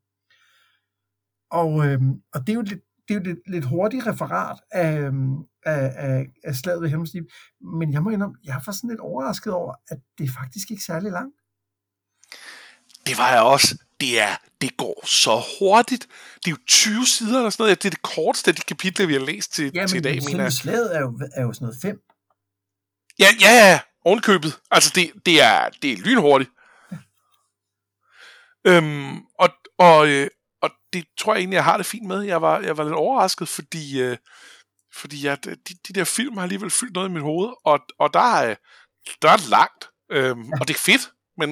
Og det er jo lidt hurtigt referat af slaget ved Helm's Deep, men jeg må indrømme, jeg er faktisk sådan lidt overrasket over, at det faktisk ikke er særlig langt. Det var jeg også. Det går så hurtigt. Det er jo 20 sider eller sådan noget. Det er det korteste af de kapitler, vi har læst til i dag, mener jeg. Ja, men slaget er jo sådan noget 5. Ja. Ovenkøbet. Altså, det er lynhurtigt. Ja. Og det tror jeg egentlig, jeg har det fint med. Jeg var lidt overrasket, fordi de der film har alligevel fyldt noget i mit hoved, og der er det langt. Og det er fedt,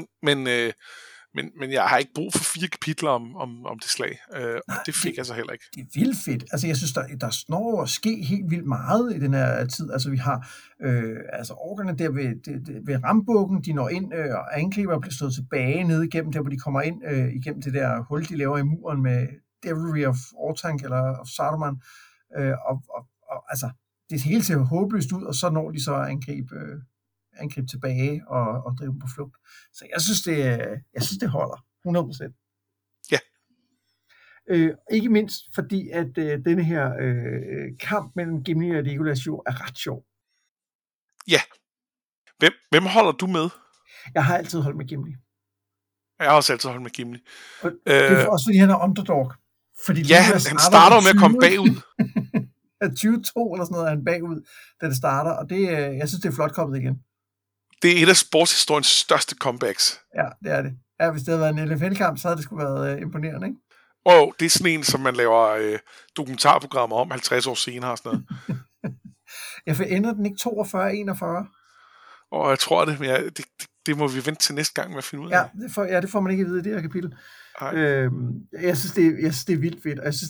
men jeg har ikke brug for 4 kapitler om det slag. Og det fik jeg så heller ikke. Det er vildt fedt. Altså, jeg synes, der når at ske helt vildt meget i den her tid. Altså, vi har orkerne der ved Rambukken, de når ind og angriber og bliver slået tilbage ned igennem der, hvor de kommer ind igennem det der hul, de laver i muren med Devilry of Orthanc eller of Saruman. Og altså, det hele ser håbløst ud, og så når de så at angribe tilbage og drive dem på flugt. Så jeg synes, det holder 100%. Ja. Ikke mindst fordi, at denne her kamp mellem Gimli og Legolas jo er ret sjov. Ja. Hvem holder du med? Jeg har altid holdt med Gimli. Jeg har også altid holdt med Gimli. Og det er også fordi, han er underdog. Fordi ja, han starter med at komme bagud. 22 eller sådan noget er han bagud, da det starter, og det, jeg synes, det er flot kommet igen. Det er et af sportshistoriens største comebacks. Ja, det er det. Ja, hvis det havde været en NFL-kamp, så havde det sgu været imponerende, ikke? Det er sådan en, som man laver dokumentarprogrammer om 50 år senere og sådan noget. Ja, for ender den ikke 42-41? Jeg tror det, men det må vi vente til næste gang med at finde ud af. Ja, det får man ikke at vide i det her kapitel. Jeg synes, det er vildt fedt, og jeg synes,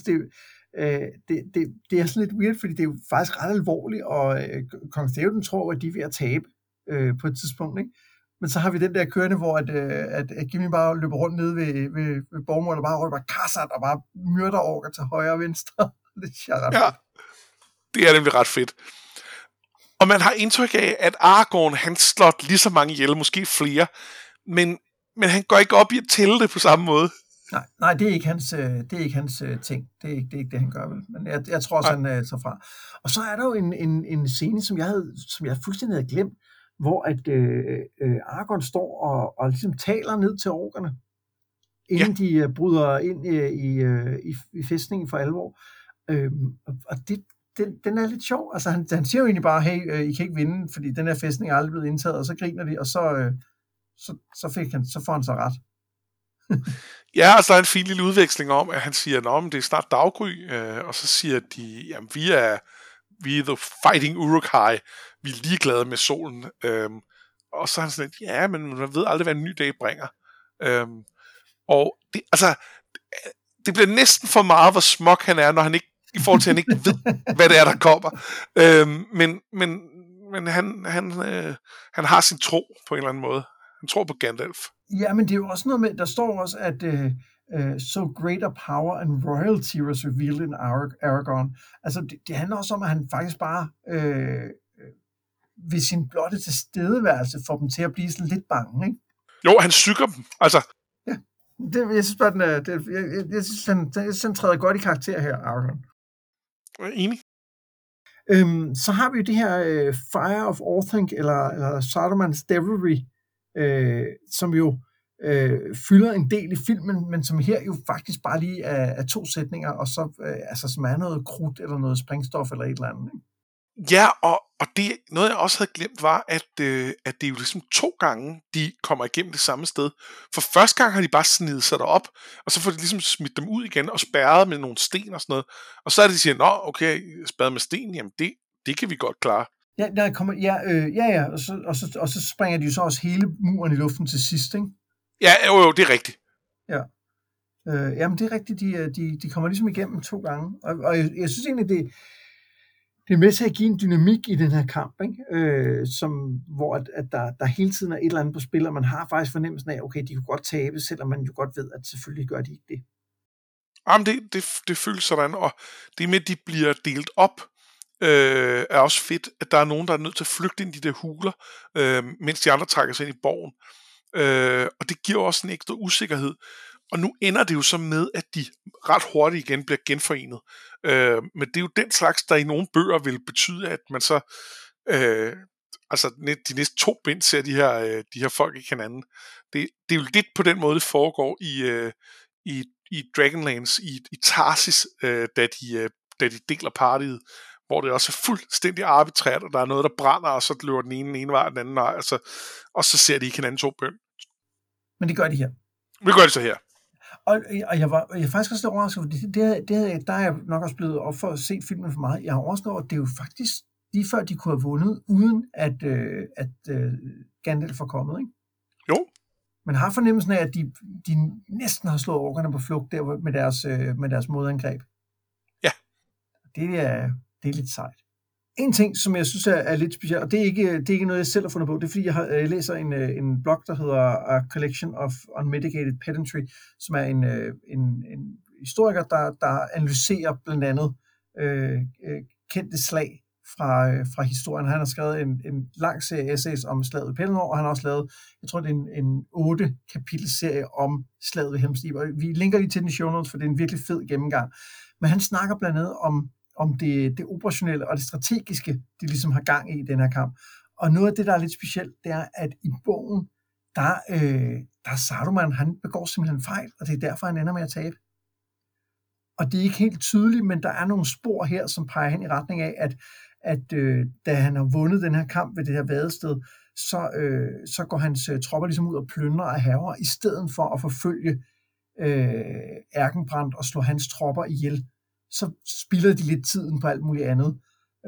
det er sådan lidt weird, fordi det er jo faktisk ret alvorligt, og Kong Theoden tror, at de er ved at tabe på et tidspunkt, ikke? Men så har vi den der kørende, hvor at Gimli bare løber rundt nede ved borgmuren, og bare råber kassat, og bare myrder orker til højre og venstre. Det er ret fedt. Det er nemlig ret fedt. Og man har indtryk af, at Aragorn, han slår lige så mange ihjel, måske flere, men han går ikke op i at tælle det på samme måde. Nej, det er ikke hans ting. Det er ikke det, han gør, vel. Men jeg tror også, han tager fra. Og så er der jo en scene, som jeg fuldstændig havde glemt, hvor at Aragorn står og ligesom taler ned til orkerne, inden de bryder ind i fæstningen for alvor. Og den er lidt sjov. Altså, han siger jo egentlig bare, hey, I kan ikke vinde, fordi den her fæstning er aldrig blevet indtaget, og så griner de, og så får han så ret. Ja, og så er en fin lille udveksling om, at han siger, men det er snart daggry, og så siger de, jamen vi er the fighting Uruk-hai, vi er ligeglade med solen, og så er han sådan lidt, ja, men man ved aldrig, hvad en ny dag bringer. Og det bliver næsten for meget, hvor smuk han er, når han ikke, i forhold til, at han ikke ved, hvad det er, der kommer. Men han har sin tro på en eller anden måde. Han tror på Gandalf. Ja, men det er jo også noget med, der står også, at so great a power and royalty was revealed in Aragorn. Altså, det handler også om, at han faktisk bare ved sin blotte tilstedeværelse får dem til at blive sådan lidt bange, ikke? Jo, han syger dem, altså. Ja, jeg synes bare, jeg synes, han træder godt i karakter her, Aragorn. Enig. Så har vi jo det her Fire of Orthanc, eller Sarumans Devilry, som jo fylder en del i filmen, men som her jo faktisk bare lige er 2 sætninger, og så som er noget krudt, eller noget sprængstof, eller et eller andet, ikke? Ja, og det, noget jeg også havde glemt var, at det er jo ligesom 2 gange, de kommer igennem det samme sted. For første gang har de bare snedet sig derop, og så får de ligesom smidt dem ud igen, og spærret med nogle sten og sådan noget. Og så er det, de siger, okay, spærret med sten, jamen det kan vi godt klare. Ja, der kommer, og så springer de jo så også hele muren i luften til sidst, ikke? Ja, jo, det er rigtigt. Ja. Jamen, det er rigtigt, de kommer ligesom igennem 2 gange. Og jeg synes egentlig, Det er med til at give en dynamik i den her kamp, ikke? Hvor at der hele tiden er et eller andet på spil, og man har faktisk fornemmelsen af, okay, de kunne godt tabe, selvom man jo godt ved, at selvfølgelig gør de ikke det. Jamen, det føles sådan, og det med, at de bliver delt op, er også fedt, at der er nogen, der er nødt til at flygte ind i de der huler, mens de andre trækker sig ind i borgen. Og det giver også en ekstra usikkerhed. Og nu ender det jo så med, at de ret hurtigt igen bliver genforenet. Men det er jo den slags, der i nogle bøger vil betyde, at man så altså de næste 2 bind ser de her folk ikke hinanden. Det er jo lidt på den måde, det foregår i Dragonlance, i Tarsis, da de deler partiet, hvor det også er fuldstændig arbitrært, og der er noget, der brænder, og så løber den ene vej og den anden vej, altså, og så ser de ikke hinanden 2 bind. Men det gør de her. Vi gør det så her. Og jeg er faktisk også lidt overrasket, fordi der er jeg nok også blevet op for at se filmen for meget. Jeg har overrasket over, at det er jo faktisk lige før, de kunne have vundet, uden at Gandalf var kommet, ikke? Jo. Man har fornemmelsen af, at de næsten har slået orkerne på flugt der med deres modangreb. Ja. Det er lidt sejt. En ting, som jeg synes er lidt specielt, og det er ikke noget, jeg selv har fundet på, det er fordi, jeg læser en blog, der hedder A Collection of Unmitigated Pedantry, som er en historiker, der analyserer blandt andet kendte slag fra historien. Han har skrevet en lang serie essays om slaget ved Pelennor, og han har også lavet, jeg tror, det er en 8-kapitel-serie om slaget ved Helm's Deep, og vi linker lige til den i show notes, for det er en virkelig fed gennemgang. Men han snakker blandt andet om det operationelle og det strategiske, de ligesom har gang i den her kamp. Og noget af det, der er lidt specielt, det er, at i bogen, der Saruman, han begår simpelthen fejl, og det er derfor, han ender med at tabe. Og det er ikke helt tydeligt, men der er nogle spor her, som peger hen i retning af, at da han har vundet den her kamp ved det her vadested, så går hans tropper ligesom ud og plyndrer af haver, i stedet for at forfølge Erkenbrand og slå hans tropper ihjel. Så spilder de lidt tiden på alt muligt andet.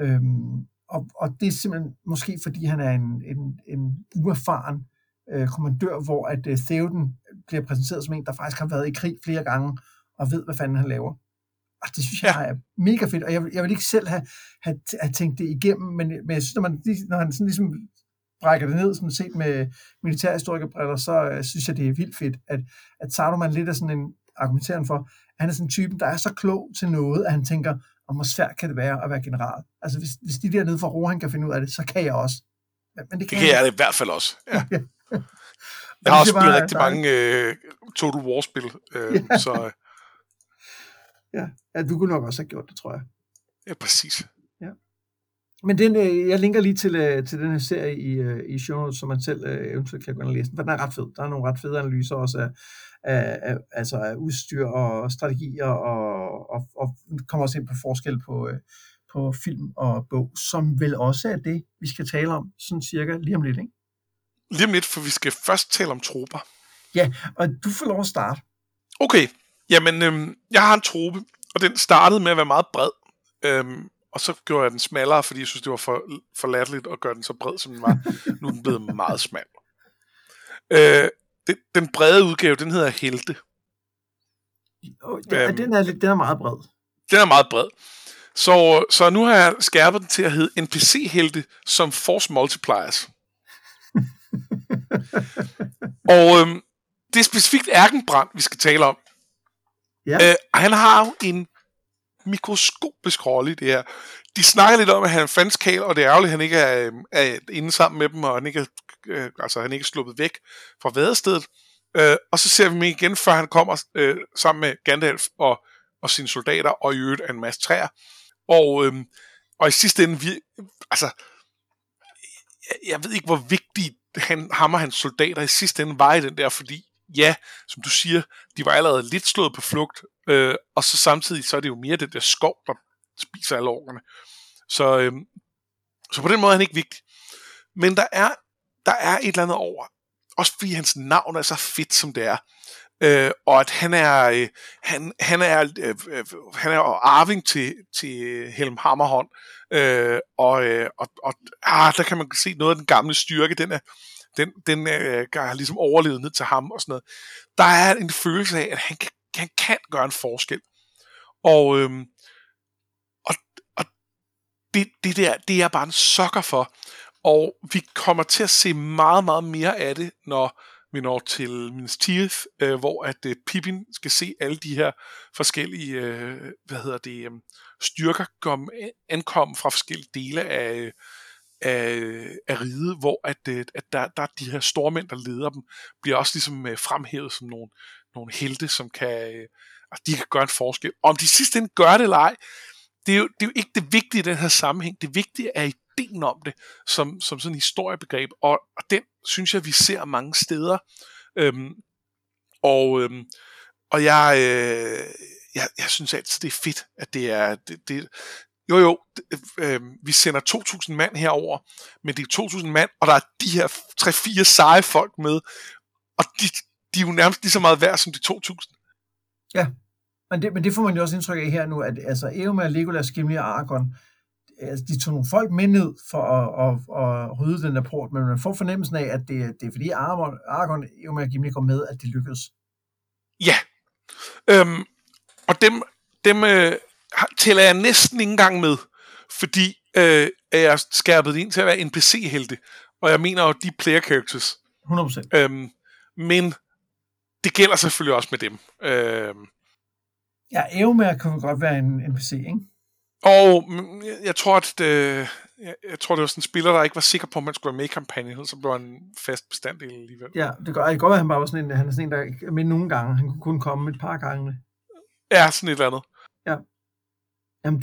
Og det er simpelthen måske, fordi han er en uerfaren kommandør, hvor at Theoden bliver præsenteret som en, der faktisk har været i krig flere gange, og ved, hvad fanden han laver. Og det synes jeg er mega fedt, og jeg vil ikke selv have tænkt det igennem, men jeg synes, når han sådan ligesom brækker det ned, som set med militærhistorikerbriller, så synes jeg, det er vildt fedt, at Saruman lidt er sådan en argumenteren for, han er sådan en type, der er så klog til noget, at han tænker, hvor svært kan det være at være general. Altså, hvis de der nede fra Rohan kan finde ud af det, så kan jeg også. Men det kan jeg i hvert fald også. Ja. Jeg har også spillet rigtig mange Total War-spil, så... Ja, du kunne nok også have gjort det, tror jeg. Ja, præcis. Ja. Men jeg linker lige til den her serie i show notes, så man selv eventuelt kan gå ind og læse den, for den er ret fed. Der er nogle ret fede analyser også af udstyr og strategier, og kommer også ind på forskel på film og bog, som vel også er det, vi skal tale om, sådan cirka lige om lidt, ikke? Lige om lidt, for vi skal først tale om troper. Ja, og du får lov at starte. Okay, jamen, jeg har en trope, og den startede med at være meget bred, og så gjorde jeg den smallere, fordi jeg synes, det var for latterligt at gøre den så bred, som den var. Nu er den blevet meget smal. Den brede udgave, den hedder Helte. Ja, den er meget bred. Den er meget bred. Så nu har jeg skærpet den til at hedde NPC-helte som Force Multipliers. Og det er specifikt Erkenbrand, vi skal tale om. Ja. Han har jo en mikroskopisk rolle i det her. De snakker lidt om, at han er en fanskal, og det er ærgerligt, at han ikke er inde sammen med dem, og han ikke er sluppet væk fra vadestedet. Og så ser vi mig igen, før han kommer sammen med Gandalf og sine soldater, og i øvrigt en masse træer. Og i sidste ende, jeg ved ikke, hvor vigtigt ham og hans soldater i sidste ende var i den der, fordi ja, som du siger, de var allerede lidt slået på flugt, og så samtidig, så er det jo mere det der skov, der spiser alle orkerne. Så på den måde er han ikke vigtig. Men der er et eller andet over, også fordi hans navn er så fedt, som det er, og at han er arving til Helm Hammerhånd, og der kan man se noget af den gamle styrke, den har ligesom overlevet ned til ham og sådan noget. Der er en følelse af, at han kan gøre en forskel. Og det der, det er jeg bare en sokker for. Og vi kommer til at se meget, meget mere af det, når vi når til Minas Tirith, hvor at Pippin skal se alle de her forskellige, styrker ankomme fra forskellige dele af riget, hvor at der er de her stormænd, der leder dem, bliver også ligesom fremhævet som nogle helte, som de kan gøre en forskel. Og om de sidste ende gør det eller ej, det er jo ikke det vigtige i den her sammenhæng. Det vigtige er ideen om det, som sådan en historiebegreb, og den synes jeg, vi ser mange steder. Og jeg synes altid, det er fedt, at det er... vi sender 2.000 mand herover, men det er 2.000 mand, og der er de her 3-4 seje folk med, og de er jo nærmest lige så meget værd som de 2.000. Ja, men det får man jo også indtryk af her nu, at altså Éomer, Legolas, Gimli og Aragorn, altså, de tog nogle folk med ned for at rydde den der port, men man får fornemmelsen af, at det er fordi Aragorn, Éomer og Gimli går med, at det lykkedes. Ja, og dem tæller jeg næsten ikke engang med, fordi jeg skærpet ind til at være NPC-helte, og jeg mener jo, de player characters. 100%. Men det gælder selvfølgelig også med dem. Ja, Éomer kan godt være en NPC, ikke? Og jeg tror, at det var sådan en spiller, der ikke var sikker på, om man skulle være med i kampagnen, så blev han fast bestanddel alligevel. Ja, det kan godt være, at han bare var sådan en, han er sådan en, der er med nogle gange. Han kunne kun komme et par gange. Ja, sådan et eller andet. Ja. Jamen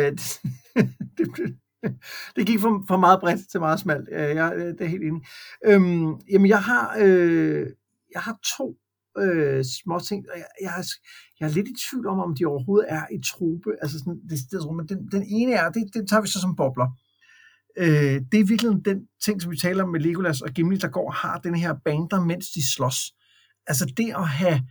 det gik for meget bredt til meget smalt. Det er helt enig. Jamen jeg har to små ting. Jeg er lidt i tvivl om de overhovedet er i trope. Altså sådan, men den ene er, det tager vi så som bobler. Det er virkelig den ting, som vi taler om med Legolas og Gimli, der går og har den her bander, mens de slås. Altså det at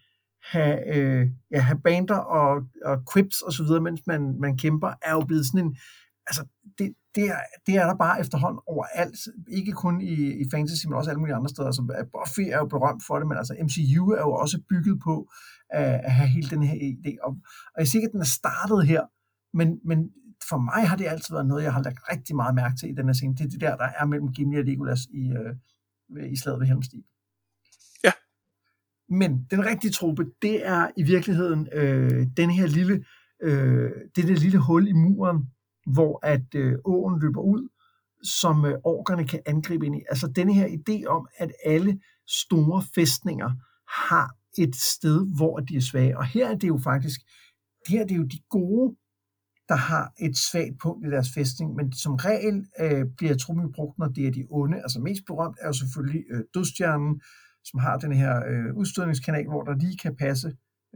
have bander og quips og så videre, mens man kæmper, er jo blevet sådan en, altså det er der bare efterhånden overalt, ikke kun i fantasy, men også alle mulige andre steder. Altså Buffy er jo berømt for det, men altså MCU er jo også bygget på at have hele den her idé. Og jeg siger ikke, at den er startet her, men for mig har det altid været noget, jeg har lagt rigtig meget mærke til i den her scene. Det er det der er mellem Gimli og Legolas i slaget ved Helm's Deep. Ja. Men den rigtige trope, det er i virkeligheden den her lille hul i muren, hvor at åen løber ud, som orkerne kan angribe ind i. Altså denne her idé om, at alle store fæstninger har et sted, hvor de er svage. Og her er det jo faktisk, de gode, der har et svagt punkt i deres fæstning, men som regel bliver truppen brugt, når det er de onde. Altså mest berømt er jo selvfølgelig Dødsstjernen, som har den her udstødningskanal, hvor der lige kan passe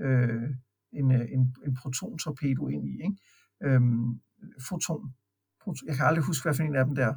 en proton-torpedo ind i, ikke? Foton. Jeg kan aldrig huske, hvad for en af dem der.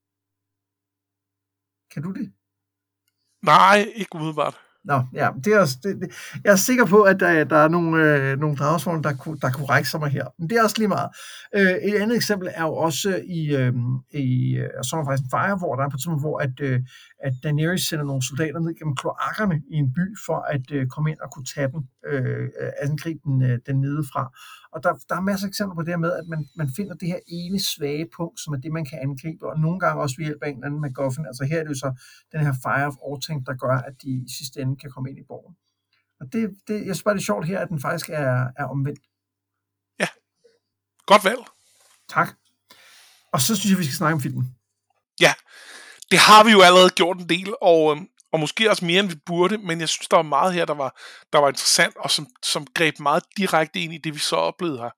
Kan du det? Nej, ikke umiddelbart. Nå, ja, det er også, jeg er sikker på, at der er nogle dragsvogne, der kunne række sig mig her. Men det er også lige meget. Et andet eksempel er jo også i Song of Ice and Fire, hvor der er på tidspunkt, hvor at Daenerys sender nogle soldater ned gennem kloakkerne i en by, for at komme ind og kunne tage den, angribe den nedefra. Og der er masser af eksempler på det her med, at man finder det her ene svage punkt, som er det, man kan angribe, og nogle gange også ved hjælp af en eller anden MacGuffin. Altså her er det jo så den her Fire of Orthanc, der gør, at de i sidste ende kan komme ind i borgen. Og jeg synes bare, det er sjovt her, at den faktisk er omvendt. Ja, godt valg. Tak. Og så synes jeg, vi skal snakke om filmen. Ja, det har vi jo allerede gjort en del, og måske også mere, end vi burde, men jeg synes, der var meget her, der var interessant, og som greb meget direkte ind i det, vi så oplevede her.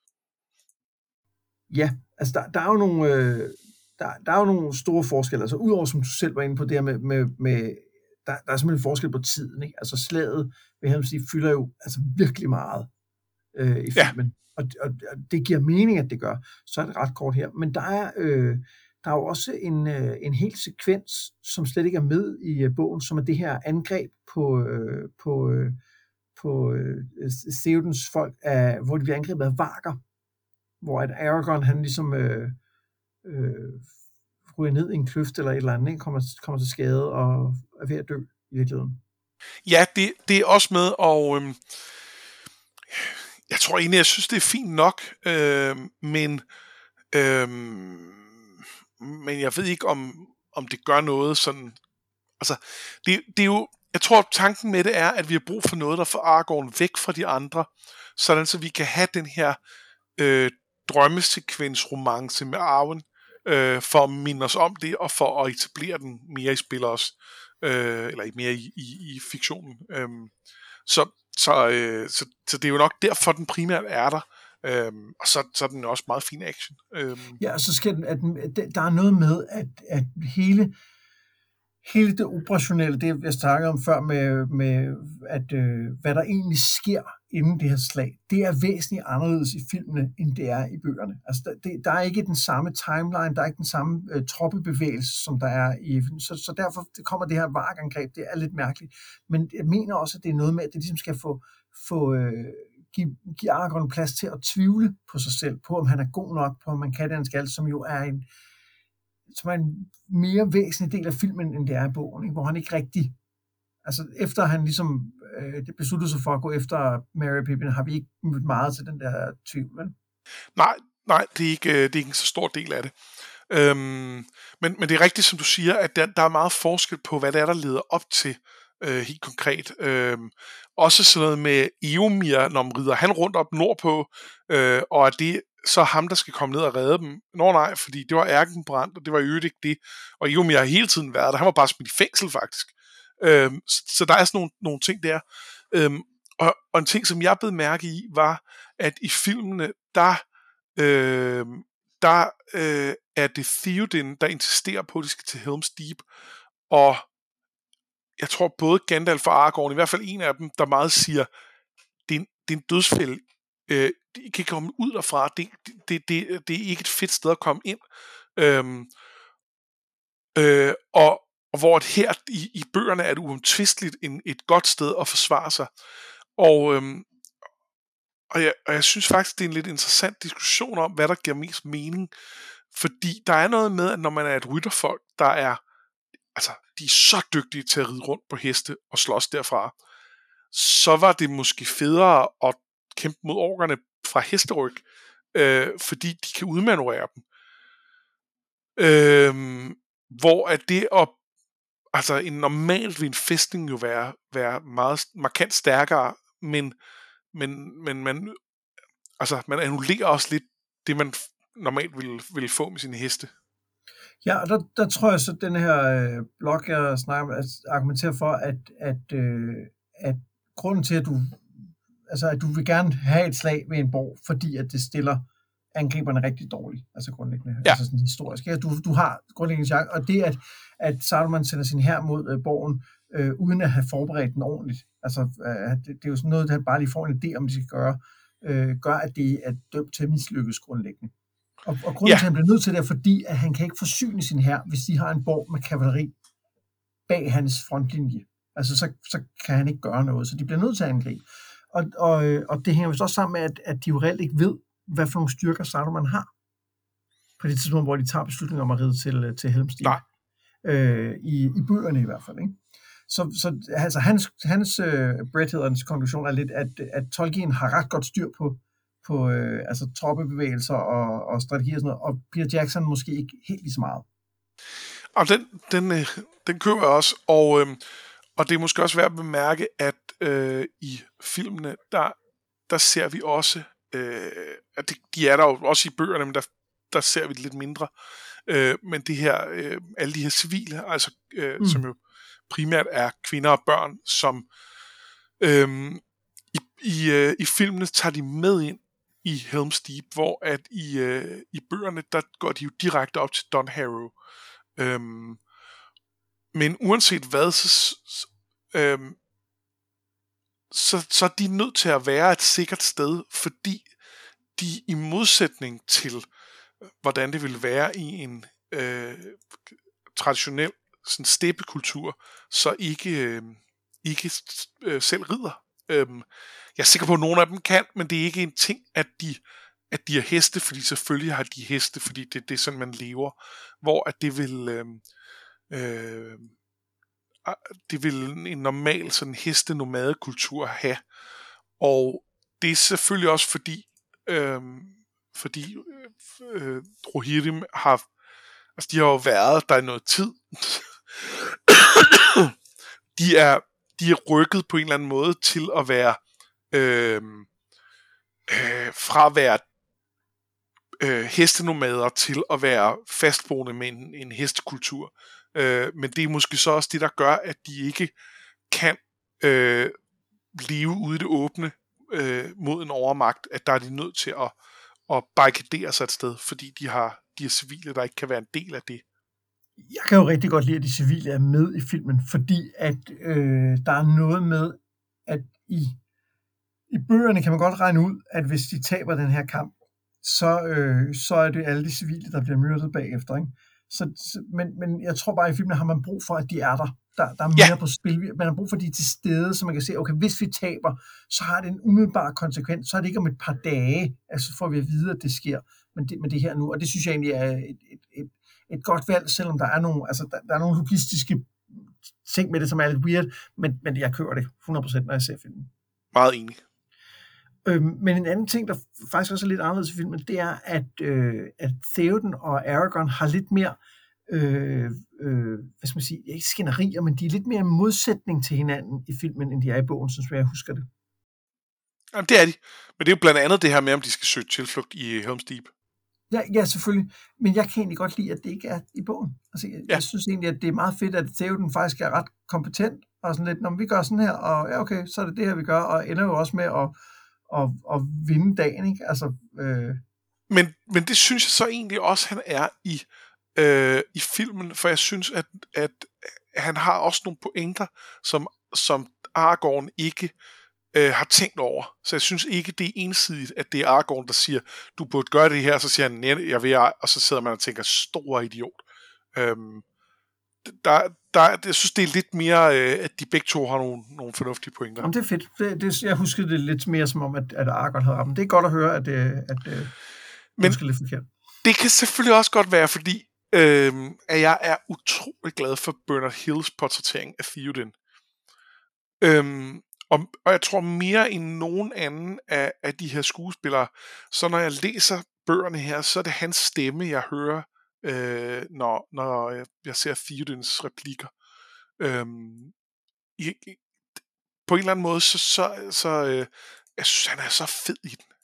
Ja, altså der er jo nogle, der er jo nogle store forskelle. Altså udover, som du selv var inde på, det her med der er simpelthen en forskel på tiden, ikke? Altså slaget ved Helm's Deep fylder jo altså virkelig meget i filmen. Ja. Og det giver mening, at det gør. Så er det ret kort her. Men der er jo også en hel sekvens, som slet ikke er med i bogen, som er det her angreb på Theodens folk, hvor de bliver angrebet af varker, hvor at Aragorn, han ligesom ryger ned i en kløft eller et eller andet, ikke? Kommer til skade og er ved at dø i virkeligheden. Ja, det er også med, og jeg tror egentlig, jeg synes, det er fint nok, men Men jeg ved ikke, om det gør noget sådan. Altså, det er jo, jeg tror, tanken med det er, at vi har brug for noget, der får Aragorn væk fra de andre, sådan så vi kan have den her drømmesekvensromance med Arwen, for at minde os om det, og for at etablere den mere i spil også, eller mere i fiktionen. Så det er jo nok derfor, den primært er der. Og så er den også meget fin action. Ja, og så skal der er noget med, at hele det operationelle, det jeg snakkede om før med at hvad der egentlig sker inden det her slag, det er væsentligt anderledes i filmene, end det er i bøgerne. Altså, der er ikke den samme timeline, der er ikke den samme troppebevægelse, som der er i. Så derfor kommer det her vargangreb, det er lidt mærkeligt. Men jeg mener også, at det er noget med, at det ligesom skal give Aragorn plads til at tvivle på sig selv, på om han er god nok, på om man kan det, han skal, som jo er en mere væsentlig del af filmen, end det er i bogen, ikke? Hvor han ikke rigtig, altså efter han ligesom det besluttede sig for at gå efter Merry og Pippin, har vi ikke mødt meget til den der tvivl, vel? Nej, det er ikke en så stor del af det. Men det er rigtigt, som du siger, at der er meget forskel på, hvad det er, der leder op til, helt konkret. Også sådan noget med Eomer, når man rider han rundt op nordpå, og at det så er ham, der skal komme ned og redde dem. Nej, fordi det var Erkenbrand, og det var jo ikke det. Og Eomer har hele tiden været der. Han var bare smidt i fængsel, faktisk. Så der er sådan nogle ting der. Og en ting, som jeg blev mærke i, var, at i filmene, der er det Theoden, der insisterer på, at de skal til Helm's Deep. Og jeg tror både Gandalf og Aragorn, i hvert fald en af dem, der meget siger, det er en dødsfælde. De kan komme ud derfra. Det er ikke et fedt sted at komme ind. Og hvor det her i bøgerne er det uomtvisteligt et godt sted at forsvare sig. Og jeg synes faktisk, det er en lidt interessant diskussion om, hvad der giver mest mening. Fordi der er noget med, at når man er et rytterfolk, de er så dygtige til at ride rundt på heste og slås derfra, så var det måske federe at kæmpe mod orkerne fra hesteryg, fordi de kan udmanøvrere dem. Hvor at det en normalt vil en fæstning jo være meget markant stærkere, men man annullerer også lidt det, man normalt ville få med sine heste. Ja, og der tror jeg så, at den her blog, jeg snakker, argumenterer for, at grunden til, at du vil gerne have et slag ved en borg, fordi at det stiller angriberne rigtig dårligt, altså grundlæggende, altså sådan historisk. Ja, du har grundlæggende chance, og det, at Saruman sender sin hær mod borgen, uden at have forberedt den ordentligt, altså det er jo sådan noget, der bare lige får en idé om, de skal gøre, gør, at det er dømt til at mislykkes grundlæggende. Og grunden til, at han bliver nødt til det, er fordi, at han kan ikke forsyne sin hær, hvis de har en borg med kavaleri bag hans frontlinje. Altså, så kan han ikke gøre noget, så de bliver nødt til at angribe. Og det hænger vist også sammen med, at de jo reelt ikke ved, hvad for nogle styrker Saruman har. På det tidspunkt, hvor de tager beslutningen om at ride til Helm's Deep. I bøgerne i hvert fald, ikke? Så altså, hans Brett hedder hans konklusion er lidt, at Tolkien har ret godt styr på troppebevægelser og strategier og sådan noget, og Peter Jackson måske ikke helt lige så meget. Og den køber jeg også, og det er måske også værd at bemærke, at i filmene, der ser vi også, at de er der jo også i bøgerne, men der ser vi det lidt mindre. Men det her, alle de her civile, som jo primært er kvinder og børn, som i filmene tager de med ind i Helm's Deep, hvor at i bøgerne, der går de jo direkte op til Dunharrow. Men uanset hvad, så er de nødt til at være et sikkert sted, fordi de i modsætning til, hvordan det ville være i en traditionel sådan steppekultur, så ikke selv rider. Jeg er sikker på, at nogle af dem kan, men det er ikke en ting, at de er heste, fordi selvfølgelig har de heste, fordi det er sådan, man lever. Hvor at det vil en normal sådan hestenomadekultur have. Og det er selvfølgelig også fordi, fordi Rohirrim har, altså de har jo været der i noget tid. de er rykket på en eller anden måde til at være fra at være hestenomader til at være fastboende med en hestekultur. Men det er måske så også det, der gør, at de ikke kan leve ude i det åbne mod en overmagt, at der er de nødt til at barrikadere sig et sted, fordi de er civile, der ikke kan være en del af det. Jeg kan jo rigtig godt lide, at de civile er med i filmen, fordi at der er noget med, at i bøgerne kan man godt regne ud, at hvis de taber den her kamp, så er det alle de civile, der bliver myrdet bagefter, ikke? Men jeg tror bare, i filmen har man brug for, at de er der. Der er mere på spil. Man har brug for, at de er til stede, så man kan se, okay, hvis vi taber, så har det en umiddelbar konsekvens. Så er det ikke om et par dage, altså får vi at vide, at det sker. Men det her nu, og det synes jeg egentlig er et godt valg, selvom der er nogle, altså der er nogle logistiske ting med det, som er lidt weird, men jeg kører det 100%, når jeg ser filmen. Meget enig. Men en anden ting, der faktisk også er lidt anderledes i filmen, det er, at Theoden og Aragorn har lidt mere, hvad skal man sige, ikke skænderier, men de er lidt mere en modsætning til hinanden i filmen, end de er i bogen, som jeg husker det. Jamen, det er de. Men det er jo blandt andet det her med, om de skal søge tilflugt i Helm's Deep. Ja, selvfølgelig. Men jeg kan egentlig godt lide, at det ikke er i bogen. Altså, jeg synes egentlig, at det er meget fedt, at Theoden faktisk er ret kompetent, og sådan lidt, når vi gør sådan her, og ja, okay, så er det her, vi gør, og ender jo også med at vinde dagen, ikke? Altså, Men det synes jeg så egentlig også, han er i filmen, for jeg synes, at han har også nogle pointer, som Aragorn ikke har tænkt over. Så jeg synes ikke, det er ensidigt, at det er Aragorn, der siger, du burde gøre det her, så siger han, nej, jeg vil, og så sidder man og tænker, stor idiot. Jeg synes, det er lidt mere, at de begge to har nogle fornuftige pointer. Jamen, det er fedt. Jeg huskede det lidt mere som om, at Aragorn havde ramt. Det er godt at høre, at men lidt forkert. Det kan selvfølgelig også godt være, fordi at jeg er utrolig glad for Bernard Hills portrættering af Theoden. Og jeg tror mere end nogen anden af de her skuespillere, så når jeg læser bøgerne her, så er det hans stemme, jeg hører, når jeg ser Theodens replikker. På en eller anden måde, så jeg synes, han er så fed i den.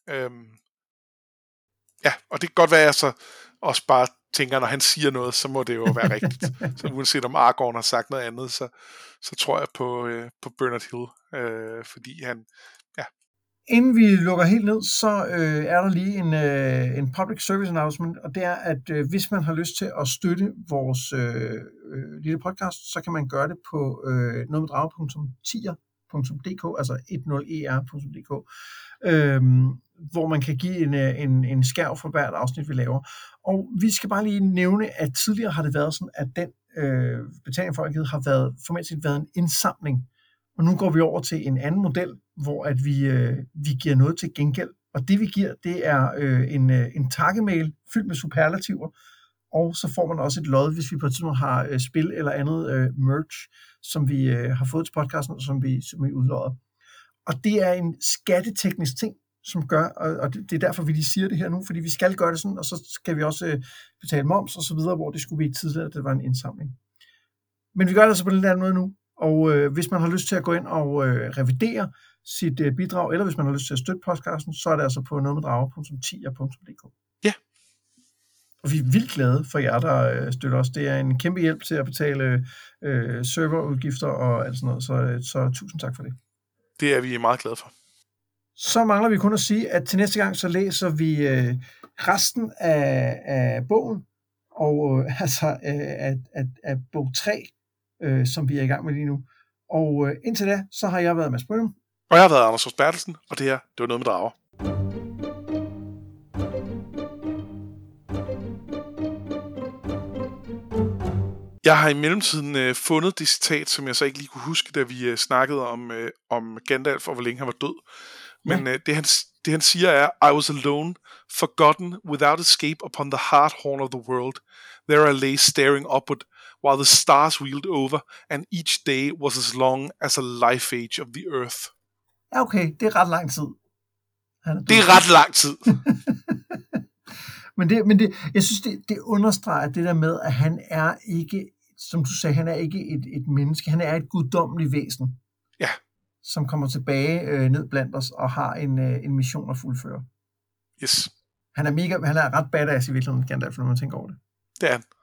Ja, og det kan godt være, at jeg så også bare tænker, når han siger noget, så må det jo være rigtigt. Så uanset om Aragorn har sagt noget andet, så tror jeg på Bernard Hill, fordi han, ja. Inden vi lukker helt ned, så er der lige en public service announcement, og det er, at hvis man har lyst til at støtte vores lille podcast, så kan man gøre det på nogetmeddrage.tier.dk, altså 10er.dk, hvor man kan give en skærv for hvert afsnit, vi laver. Og vi skal bare lige nævne, at tidligere har det været sådan, at den betaling for har formelt set været en indsamling. Og nu går vi over til en anden model, hvor at vi giver noget til gengæld. Og det vi giver, det er en takkemail fyldt med superlativer. Og så får man også et lod, hvis vi på et tidspunkt har spil eller andet merch, som vi har fået til podcasten, og som vi udlodder. Og det er en skatteteknisk ting, som gør, og det er derfor, vi lige siger det her nu, fordi vi skal gøre det sådan, og så skal vi også betale moms og så videre, hvor det skulle blive tidligere, at det var en indsamling. Men vi gør det altså på den der måde nu, og hvis man har lyst til at gå ind og revidere sit bidrag, eller hvis man har lyst til at støtte podcasten, så er det altså på nogetmeddrage.tier.dk. Ja. Og vi er vildt glade for jer, der støtter os. Det er en kæmpe hjælp til at betale serverudgifter og alt sådan noget, så tusind tak for det. Det er vi meget glade for. Så mangler vi kun at sige, at til næste gang, så læser vi resten af bogen, og af bog 3, som vi er i gang med lige nu. Og indtil da, så har jeg været Mads Brynum. Og jeg har været Anders Hos Bertelsen, og det var noget med drager. Jeg har i mellemtiden fundet det citat, som jeg så ikke lige kunne huske, da vi snakkede om Gandalf og hvor længe han var død. Men det han siger er, I was alone, forgotten, without escape upon the hard horn of the world. There I lay staring upward, while the stars wheeled over, and each day was as long as a life age of the earth. Ja, okay, det er ret lang tid. Det er ret lang tid. Men det, jeg synes, det understreger det der med, at han er ikke, som du sagde, han er ikke et menneske, han er et guddommeligt væsen. Ja. Som kommer tilbage ned blandt os og har en mission at fuldføre. Yes. Han er ret badass i virkeligheden, Gandalf, når man tænker over det. Det er han.